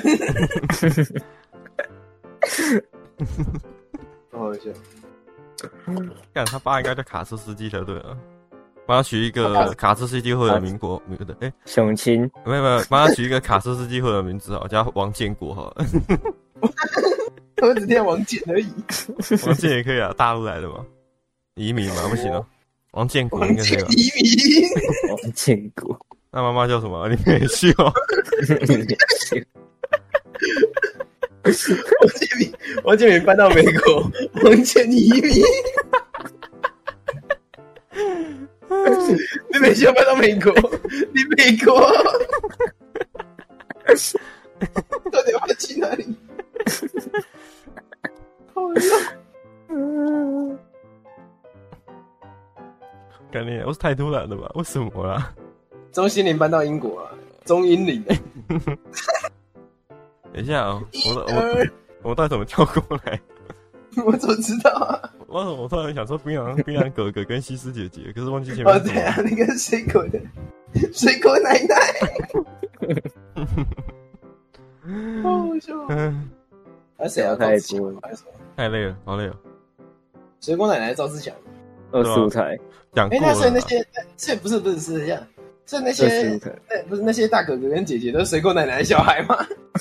好好笑。 干他爸应该叫卡车司机才对啊。帮他取一个卡车司机会的民国，名字哎， 雄亲， 没有没有，帮他取一个卡车司机会的名字好，叫王建国好了。 我只听王建而已。 王建也可以啊，大陆来的嘛，移民嘛不行哦。王建国应该可以吧？ 移民。 王建国， 那妈妈叫什么？你没笑。 王建民，王建民搬到美国，王建移民。你每次要搬到美国，你美国到底要搬去哪里？好笑。 嗯， 干你，我是太突然了吧？为什么啦？ 钟欣凌搬到英国啊，钟英凌。 等一下啊、喔，我我我到底怎么跳过来？ 我怎么知道啊？ 我我突然想说槟榔槟榔哥哥跟西施姐姐，可是忘记前面。 哦，对啊，那个水果的水果奶奶。好笑。嗯。啊，谁啊？ 太多了， 太累了，好累了。 水果奶奶赵自强。 二十五台。 讲过了。 哎、欸，那所以那些，所以不是不是是这样，所以那些，那不是那些大哥哥跟姐姐都是水果奶奶的小孩吗？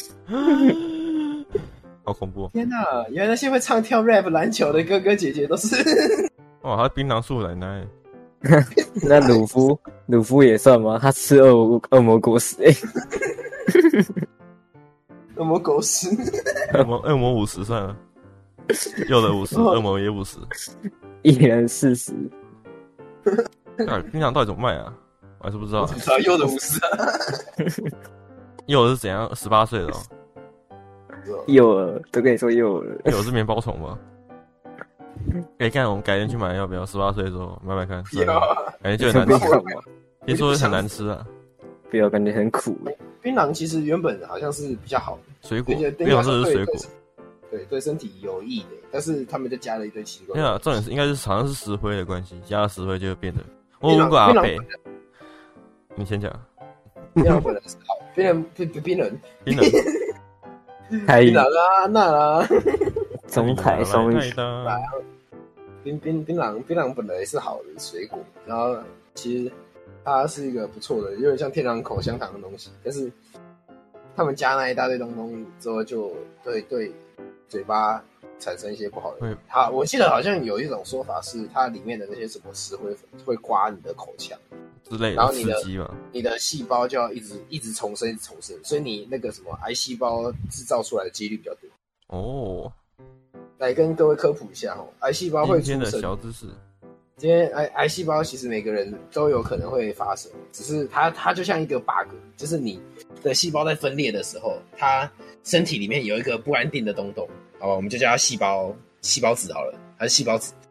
好恐怖！ 天哪，原来那些会唱跳 rap 篮球的哥哥姐姐都是。 哇，他是槟榔树奶奶。 那鲁夫，鲁夫也算吗？他吃恶恶魔果实哎、欸。 恶魔狗屎。 恶魔恶魔五十算了，右的五十，恶魔也五十， 一人四十。 啊，槟榔到底怎么卖啊？我还是不知道。 知道右的五十啊。 右是怎样？十八岁的、哦。 幼儿都跟你说幼儿， 幼儿是棉包虫吗？可以看，我们改天去买，要不要？十八岁的时候买买看。 要啊， 感觉就很难吃。听说很难吃啊。 不要，感觉很苦。 槟榔其实原本好像是比较好的水果，槟榔这是水果， 对对身体有益的，但是他们就加了一堆奇怪。 没有，重点是应该是好像是石灰的关系，加了石灰就会变得。我问过阿北，你先讲。 槟榔本来是好，槟榔槟槟榔槟榔。 槟榔啊，那啦， 中台双语。 槟槟槟榔槟榔本来是好的水果，然后其实它是一个不错的，有点像天然口香糖的东西，但是他们加那一大堆东东之后，就对对嘴巴产生一些不好的。它我记得好像有一种说法是，它里面的那些什么石灰粉会刮你的口腔之类的， 然后你的你的细胞就要一直一直重生，一直重生，所以你那个什么癌细胞制造出来的几率比较多。 哦， 来跟各位科普一下哦，癌细胞会出生。 今天的小知识。 今天癌癌细胞其实每个人都有可能会发生，只是它它就像一个 bug， 就是你的细胞在分裂的时候，它身体里面有一个不安定的东东，好吧，我们就叫它细胞细胞子好了，它是细胞子，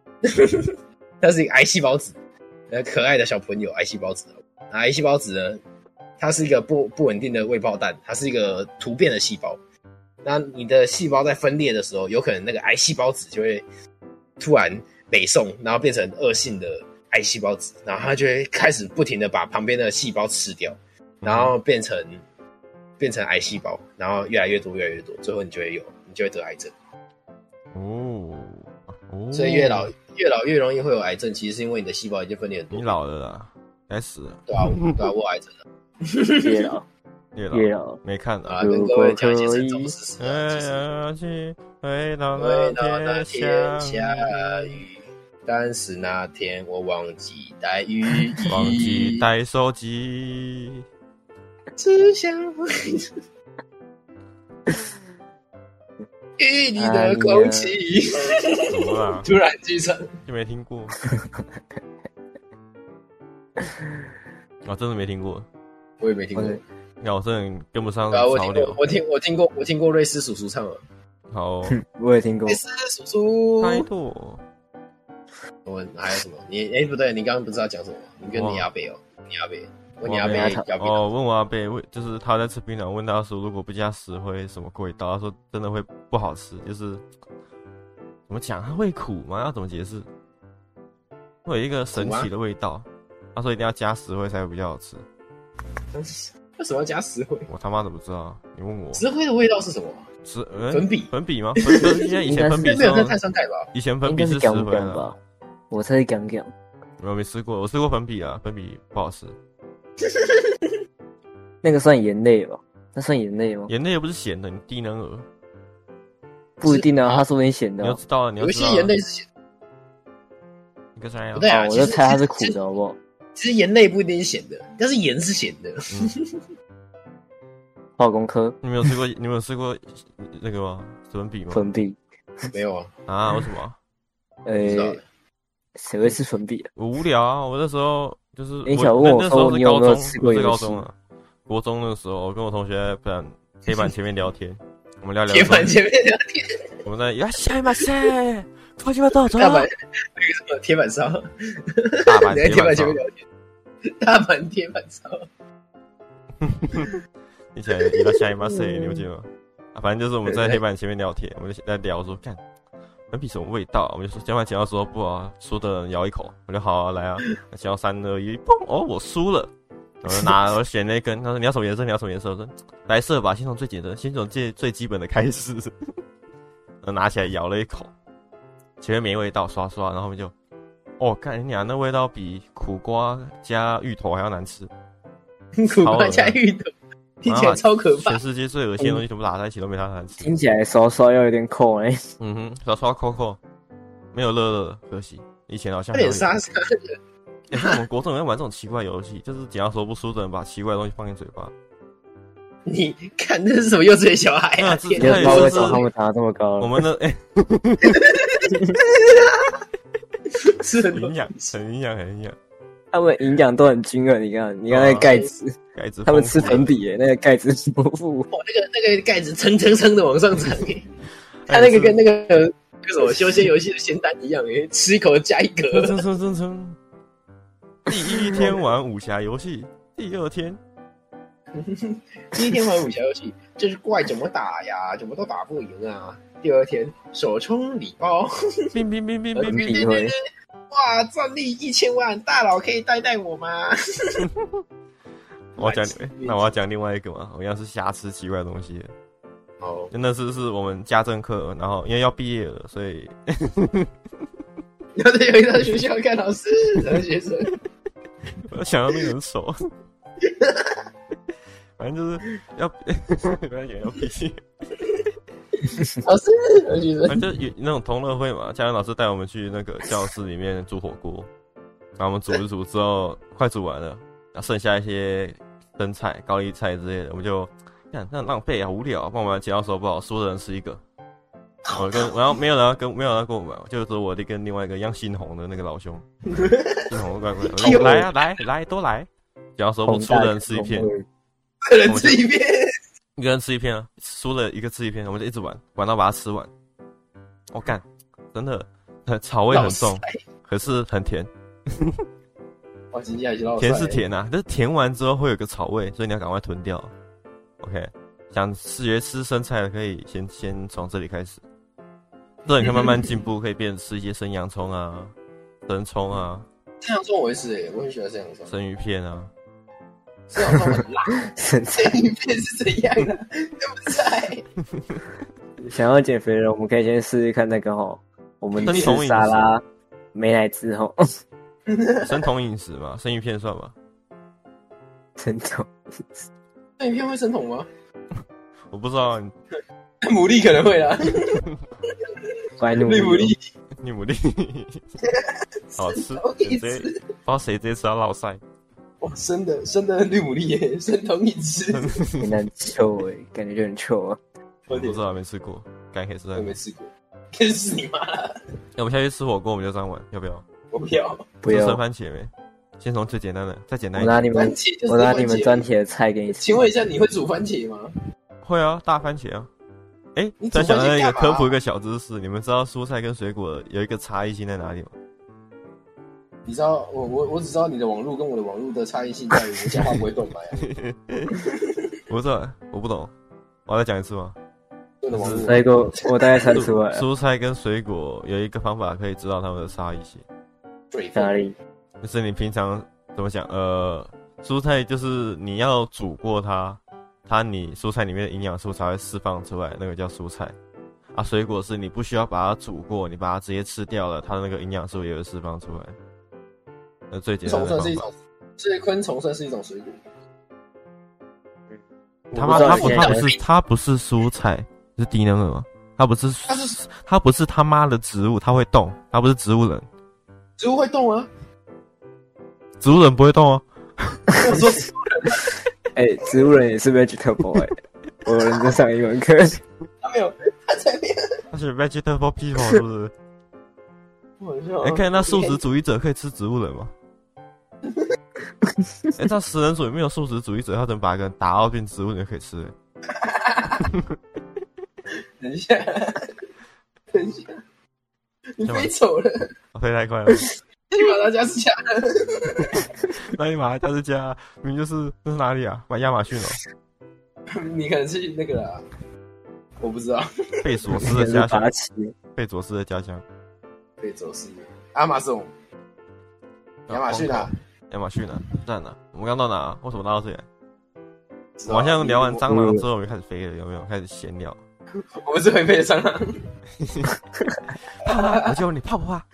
它是一个癌细胞子，呃，可爱的小朋友癌细胞子。癌细胞子呢， 它是一个不不稳定的未爆弹，它是一个突变的细胞。那你的细胞在分裂的时候，有可能那个癌细胞质就会突然北宋，然后变成恶性的癌细胞质，然后它就会开始不停的把旁边的细胞吃掉，然后变成变成癌细胞，然后越来越多越来越多，最后你就会有，你就会得癌症。 哦，哦所以越老越老越容易会有癌症，其实是因为你的细胞已经分裂很多。 你老了啦，该死了。 对啊，对啊，我有癌症了。 越老越老越老， 没看啊，跟各位讲一些慎重事实。 哎，去回到回到那那天天下雨，但是那天我忘记带雨衣， 忘记带手机， 只想与你的空气。 怎么了？ 突然剧场就没听过。我真的没听过， 我也没听过。 那我真的跟不上啊，我潮流听过，。我听我听过，我听过瑞斯叔叔唱了。 好哦， 我也听过瑞。斯叔叔， 拜托。 我们还有什么？你哎、欸、不对，你刚刚不知道讲什么？你跟你阿贝哦，你阿贝，问你阿贝要不要？ 哦，问我阿贝，问就是他在吃槟榔，问他说如果不加石灰什么味道？他说真的会不好吃，就是怎么讲？它会苦吗？要怎么解释？会有一个神奇的味道。他说一定要加石灰才会比较好吃。 为什么要加石灰？ 我他妈怎么知道？你问我。 石灰的味道是什么？ 石、欸、 粉笔？ 粉笔吗？粉笔现在以前粉笔没有跟碳酸钙吧？ 以前粉笔是石灰吧？我猜讲讲。 我没吃过，我吃过粉笔啊，粉笔不好吃。 那个算盐类吧？那算盐类吗？ 盐类又不是咸的，你低能儿。 不一定啊，他说没咸的、啊。 你要知道，你要有一些盐类是咸的。 你个啥呀？ 对啊， 我就猜它是苦的，好不好？ 其实盐类不一定是咸的，但是盐是咸的。 嗯化工科， 你没有吃过？你没有吃过那个吗？粉笔吗？ 粉笔没有啊？ 啊？为什么？ 呃，谁会吃粉笔啊？ 我无聊啊！我那时候就是， 你想问我说你有没有吃过？ 是高中啊，国中那个时候，我跟我同学在黑板前面聊天，我们聊聊黑板前面聊天， 我们在呀，下马塞，快去吧，到走。 大阪那个什么铁板烧， 大阪铁板前面聊天，大阪铁板烧。 一起来移到下一马塞，你不记得吗？啊，反正就是我们在黑板前面聊天，我们就在聊说，看粉笔什么味道，我们就说，讲完讲到说不好，输的人咬一口，我就好啊，来啊，讲到三二一，砰，哦，我输了，我就拿我选那根，他说你要什么颜色？你要什么颜色？我说白色吧，先从最简单，先从最最基本的开始，然后拿起来咬了一口，前面没味道，刷刷，然后我们就，哦，看你俩那味道比苦瓜加芋头还要难吃， 苦瓜加芋头。听起来超可怕！ 全世界最恶心的东西全部打在一起都没它难吃。 听起来刷刷要有点扣哎、欸。 嗯哼，刷刷扣扣，没有乐乐的，可惜。以前好像有点沙沙的。 你看我们国中人玩这种奇怪游戏，就是只要说不输的人把奇怪的东西放进嘴巴。 你看这是什么幼稚园小孩啊？ 天哪！不知道为什么他们打这么高了。 我们的哎， 是很营养，很营养，很营养。 他们营养都很均衡，你看，你看那个钙质， 钙质， 他们吃粉笔耶，那个钙质丰富。 哦，那个那个钙质蹭蹭蹭的往上涨诶，他那个跟那个那个什么休闲游戏的仙丹一样诶，吃一口加一格。 蹭蹭蹭蹭。第一天玩武侠游戏，第二天， 第一天玩武侠游戏，这是怪怎么打呀？怎么都打不赢啊！第二天手冲礼包， 冰冰冰冰冰冰冰。 哇！战力一千万，大佬可以带带我吗？ 我要讲，那我要讲另外一个嘛，我一样是瞎吃奇怪的东西。 哦， 真的是是我们家政课，然后因为要毕业了，所以要在有一到学校看老师和学生。 我想要那个人手，反正就是要，反正也要毕业。 老师， 反正就有那种同乐会嘛，家长老师带我们去那个教室里面煮火锅，然后我们煮一煮之后，快煮完了，然后剩下一些生菜、高丽菜之类的，我们就看那浪费啊，无聊，帮我们剪刀手不好，输的人吃一个。我跟然后没有人要跟没有人要跟我玩，就是我的跟另外一个一样姓洪的那个老兄，姓洪乖乖，来啊来来都来，剪刀手不输的人吃一片， 个人吃一片。 一个人吃一片啊，输了一个吃一片，我们就一直玩，玩到把它吃完。我、哦、干，真的，草味很重，可是很甜。 哇，今天还知道甜是甜啊，但是甜完之后会有个草味，所以你要赶快吞掉。OK， 想学吃生菜的可以先先从这里开始，这你可以慢慢进步，可以变吃一些生洋葱啊、生葱啊。 生洋葱我会吃诶，我很喜欢生洋葱。 生鱼片啊， 生洋葱很辣，生鱼片是怎样的？对不菜。 想要减肥的人，我们可以先试试看那个吼，我们吃沙拉没奶之后。 生酮饮食嘛，生鱼片算吧。 生酮， 生鱼片会生酮吗？ 我不知道。 牡蛎可能会啦。 白牡蛎， 绿牡蛎，好吃。直接不知道谁直接吃到落腮。 哇，生的生的绿牡蛎耶，生酮饮食。 很难臭哎，感觉就很臭啊。 我不知道，没吃过，感觉可以试试。 我没吃过，可是你妈啦！ 那我们下去吃火锅，我们就这样玩，要不要？ 我不要， 不要。 生番茄没？先从最简单的，再简单一点。我拿你们，我拿你们专题的菜给你吃。 请问一下，你会煮番茄吗？ 会啊，大番茄啊。哎、欸，再讲到一个科普一个小知识，你们知道蔬菜跟水果有一个差异性在哪里吗？ 你知道我我我只知道你的网络跟我的网络的差异性在于我讲话不会断麦啊。 我不知道，我不懂，我要再讲一次吗？ 水果我大概猜出来了。 蔬菜跟水果有一个方法可以知道它们的差异性。 哪里？ 就是你平常怎么讲？呃，蔬菜就是你要煮过它，它你蔬菜里面的营养素才会释放出来，那个叫蔬菜。啊，水果是你不需要把它煮过，你把它直接吃掉了，它的那个营养素也会释放出来。那最简单的方法。 是一种，所以昆虫算是一种水果。 他妈，它不，它不是，它不是蔬菜，是低能儿吗？它不是，它是，它不是他妈的植物，它会动，它不是植物人。 植物会动啊？ 植物人不会动啊？ 我说植物人。 哎、欸，植物人也是 vegetable 哎、欸，我认真上英文课。 他没有，他才没有。 他是 vegetable people 是不是？哎、欸，看那素食主义者可以吃植物人吗？哎、欸，在食人族里面有素食主义者，他怎么把一个人打到变植物人就可以吃？ 等一下，等一下，你飞走了， 我飞太快了。 你马达加斯加， 那你马达加斯加明明就是那是哪里啊？买亚马逊哦。 你可能是那个啦，我不知道。 贝佐斯的家乡，贝佐斯的家乡， 贝佐斯，亚马逊，亚马逊啊， 亚马逊啊，赞啊！我们刚到哪？为什么到这里？我好像聊完蟑螂之后，我们就开始飞了，有没有？开始闲聊。 我们是会飞的蟑螂。 怕吗？我就问你怕不怕？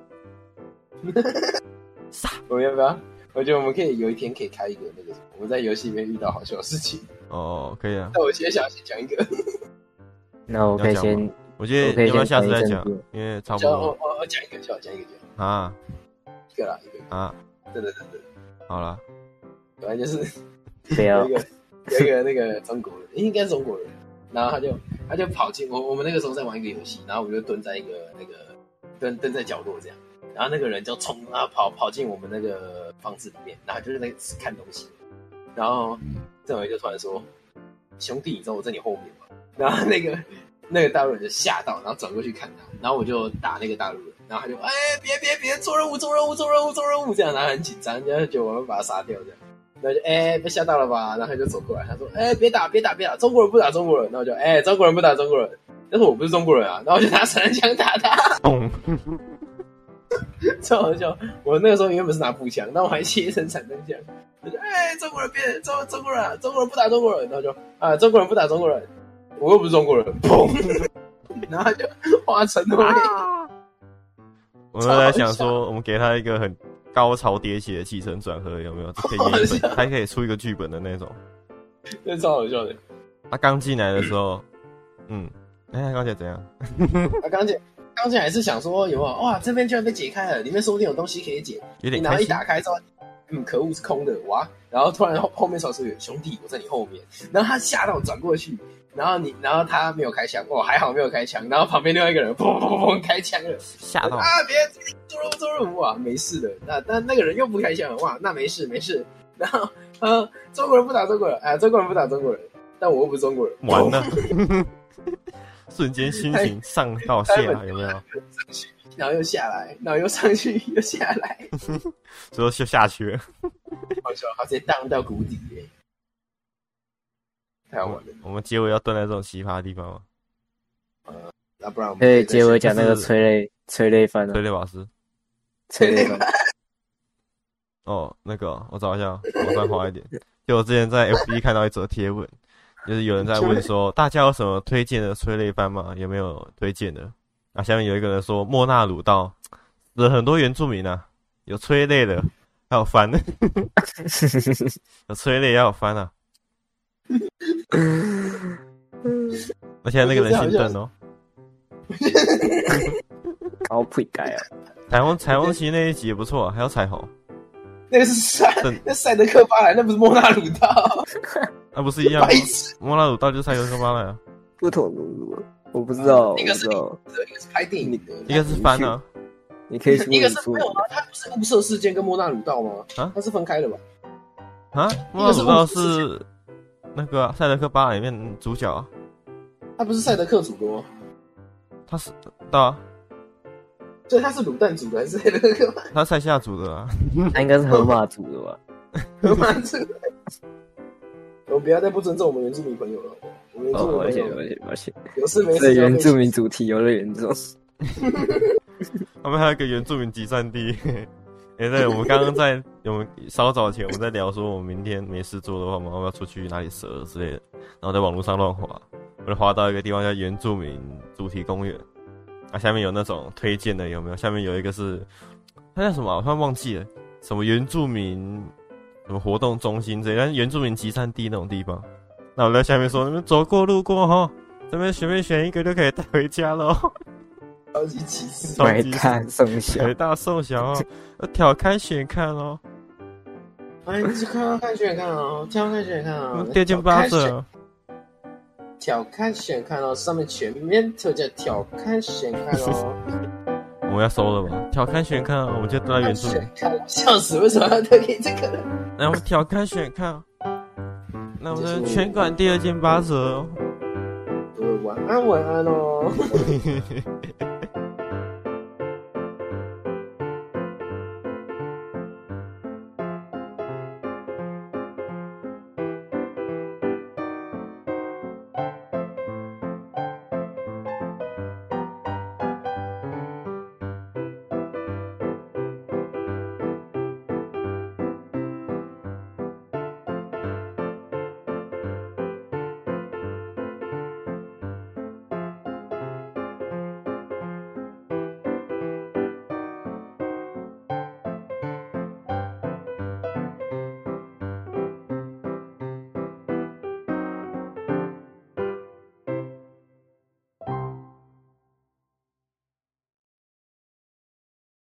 傻！ 我们要不要？我觉得我们可以有一天可以开一个那个，我们在游戏里面遇到好笑的事情。 哦，可以啊。 那我先想先讲一个。 那我可以先， 我觉得要不要下次再讲？因为差不多。 我我我讲一个，就讲一个就啊， 一个啦，一个啊， 真的真的。 好了， 反正就是不要有一个有一个那个中国人，应该是中国人，然后他就他就跑进我我们那个时候在玩一个游戏，然后我就蹲在一个那个蹲蹲在角落这样。然后那个人就冲啊跑跑进我们那个房子里面，然后就是那个看东西，然后郑伟就突然说：“兄弟，你知道我在你后面吗？”然后那个那个大陆人就吓到，然后转过去看他，然后我就打那个大陆人，然后他就哎别别别做任务做任务做任务做任务这样，然后很紧张，人家就觉得我们把他杀掉这样，然后就哎被吓到了吧，然后他就走过来，他说：“哎别打别打别打，中国人不打中国人。”然后我就哎中国人不打中国人，但是我不是中国人啊，然后我就拿散弹枪打他。 嗯超好笑！我那个时候原本是拿步枪，但我还切成散弹枪。我就哎，中国人变中中国人、啊，中国人不打中国人，然后就啊，中国人不打中国人，我又不是中国人，砰！然后就化成灰。 我都在想说，我们给他一个很高潮迭起的起承转合，有没有？可以演一本，还可以出一个剧本的那种。 真超好笑的。 他刚进来的时候，嗯，哎、欸，他刚进来怎样？ 他刚进。刚进来是想说有没有哇，这边居然被解开了，里面说不定有东西可以解。 有点你然后一打开之后，嗯，可恶是空的哇！然后突然后后面传出有兄弟，我在你后面。然后他吓到转过去，然后你然后他没有开枪，哇，还好没有开枪。然后旁边另外一个人砰砰砰开枪了， 吓到啊！别做任务做任务哇，没事的。那但那个人又不开枪，哇，那没事没事。然后呃，中国人不打中国人，哎、呃，中国人不打中国人，但我又不是中国人， 完了。瞬间心情上到下，有没有？ 然后又下来，然后又上去，又下来， 最后就下去了。 好笑，他直接荡到谷底耶，太好玩了。 我们结尾要蹲在这种奇葩的地方吗？ 呃，那不然我们可以结尾讲那个催泪催泪番啊， 催泪瓦斯， 催泪番。 哦，那个我找一下，我再花一点。就我之前在 F B 看到一则贴文，就是有人在问说，大家有什么推荐的催泪番吗？有没有推荐的？啊，下面有一个人说莫纳鲁道死了很多原住民啊，有催泪的，还有番的，有催泪也有番啊。而且那个人姓邓哦。 好屁改啊！ 彩虹彩虹旗那一集也不错、啊，还有彩虹。 那个是赛，那赛德克巴莱，那不是莫纳鲁道。 那、啊、不是一样吗？莫纳鲁道就是赛德克巴莱啊。 不同路路，我不知道。 一个是一个是拍电影的， 一个是番啊。 你可以去一个是没有啊，它不是雾社事件跟莫纳鲁道吗？啊，它是分开的吧？ 啊，莫纳鲁道是那个赛、啊、德克巴莱里面主角啊。 他不是赛德克组的吗？ 他是对啊。 所以他是卤蛋组的还是赛德克？ 他赛夏组的啊。 他应该是河马组的吧？ 河马组。我们不要再不尊重我们原住民朋友了。我们原住民朋友， 抱歉抱歉， 有事没事。 这原住民主题有点严重。 他们还有一个原住民集散地。哎、欸，对，我们刚刚在我们稍早前我们在聊说，我们明天没事做的话，我们要不要出去哪里蛇之类的？然后在网络上乱滑，我就滑到一个地方叫原住民主题公园。啊，下面有那种推荐的有没有？下面有一个是，它叫什么？我突然忘记了，什么原住民什么活动中心之类，但是原住民集散地那种地方。那我在下面说，你们走过路过哈，这边随便选一个就可以带回家喽。 超级歧视， 买大送小， 买大送小哦，挑开选看哦。 哎，你去看看选看哦，挑开选看哦， 跌进八折。 挑开选看哦，上面全面特价，挑开选看哦。 我们要收了吧？挑开选看哦，我们就都在原住民。 笑死，为什么要特给这个？ 那我们挑开选看哦。那我们的全馆第二件八折哦。 晚安，晚安哦。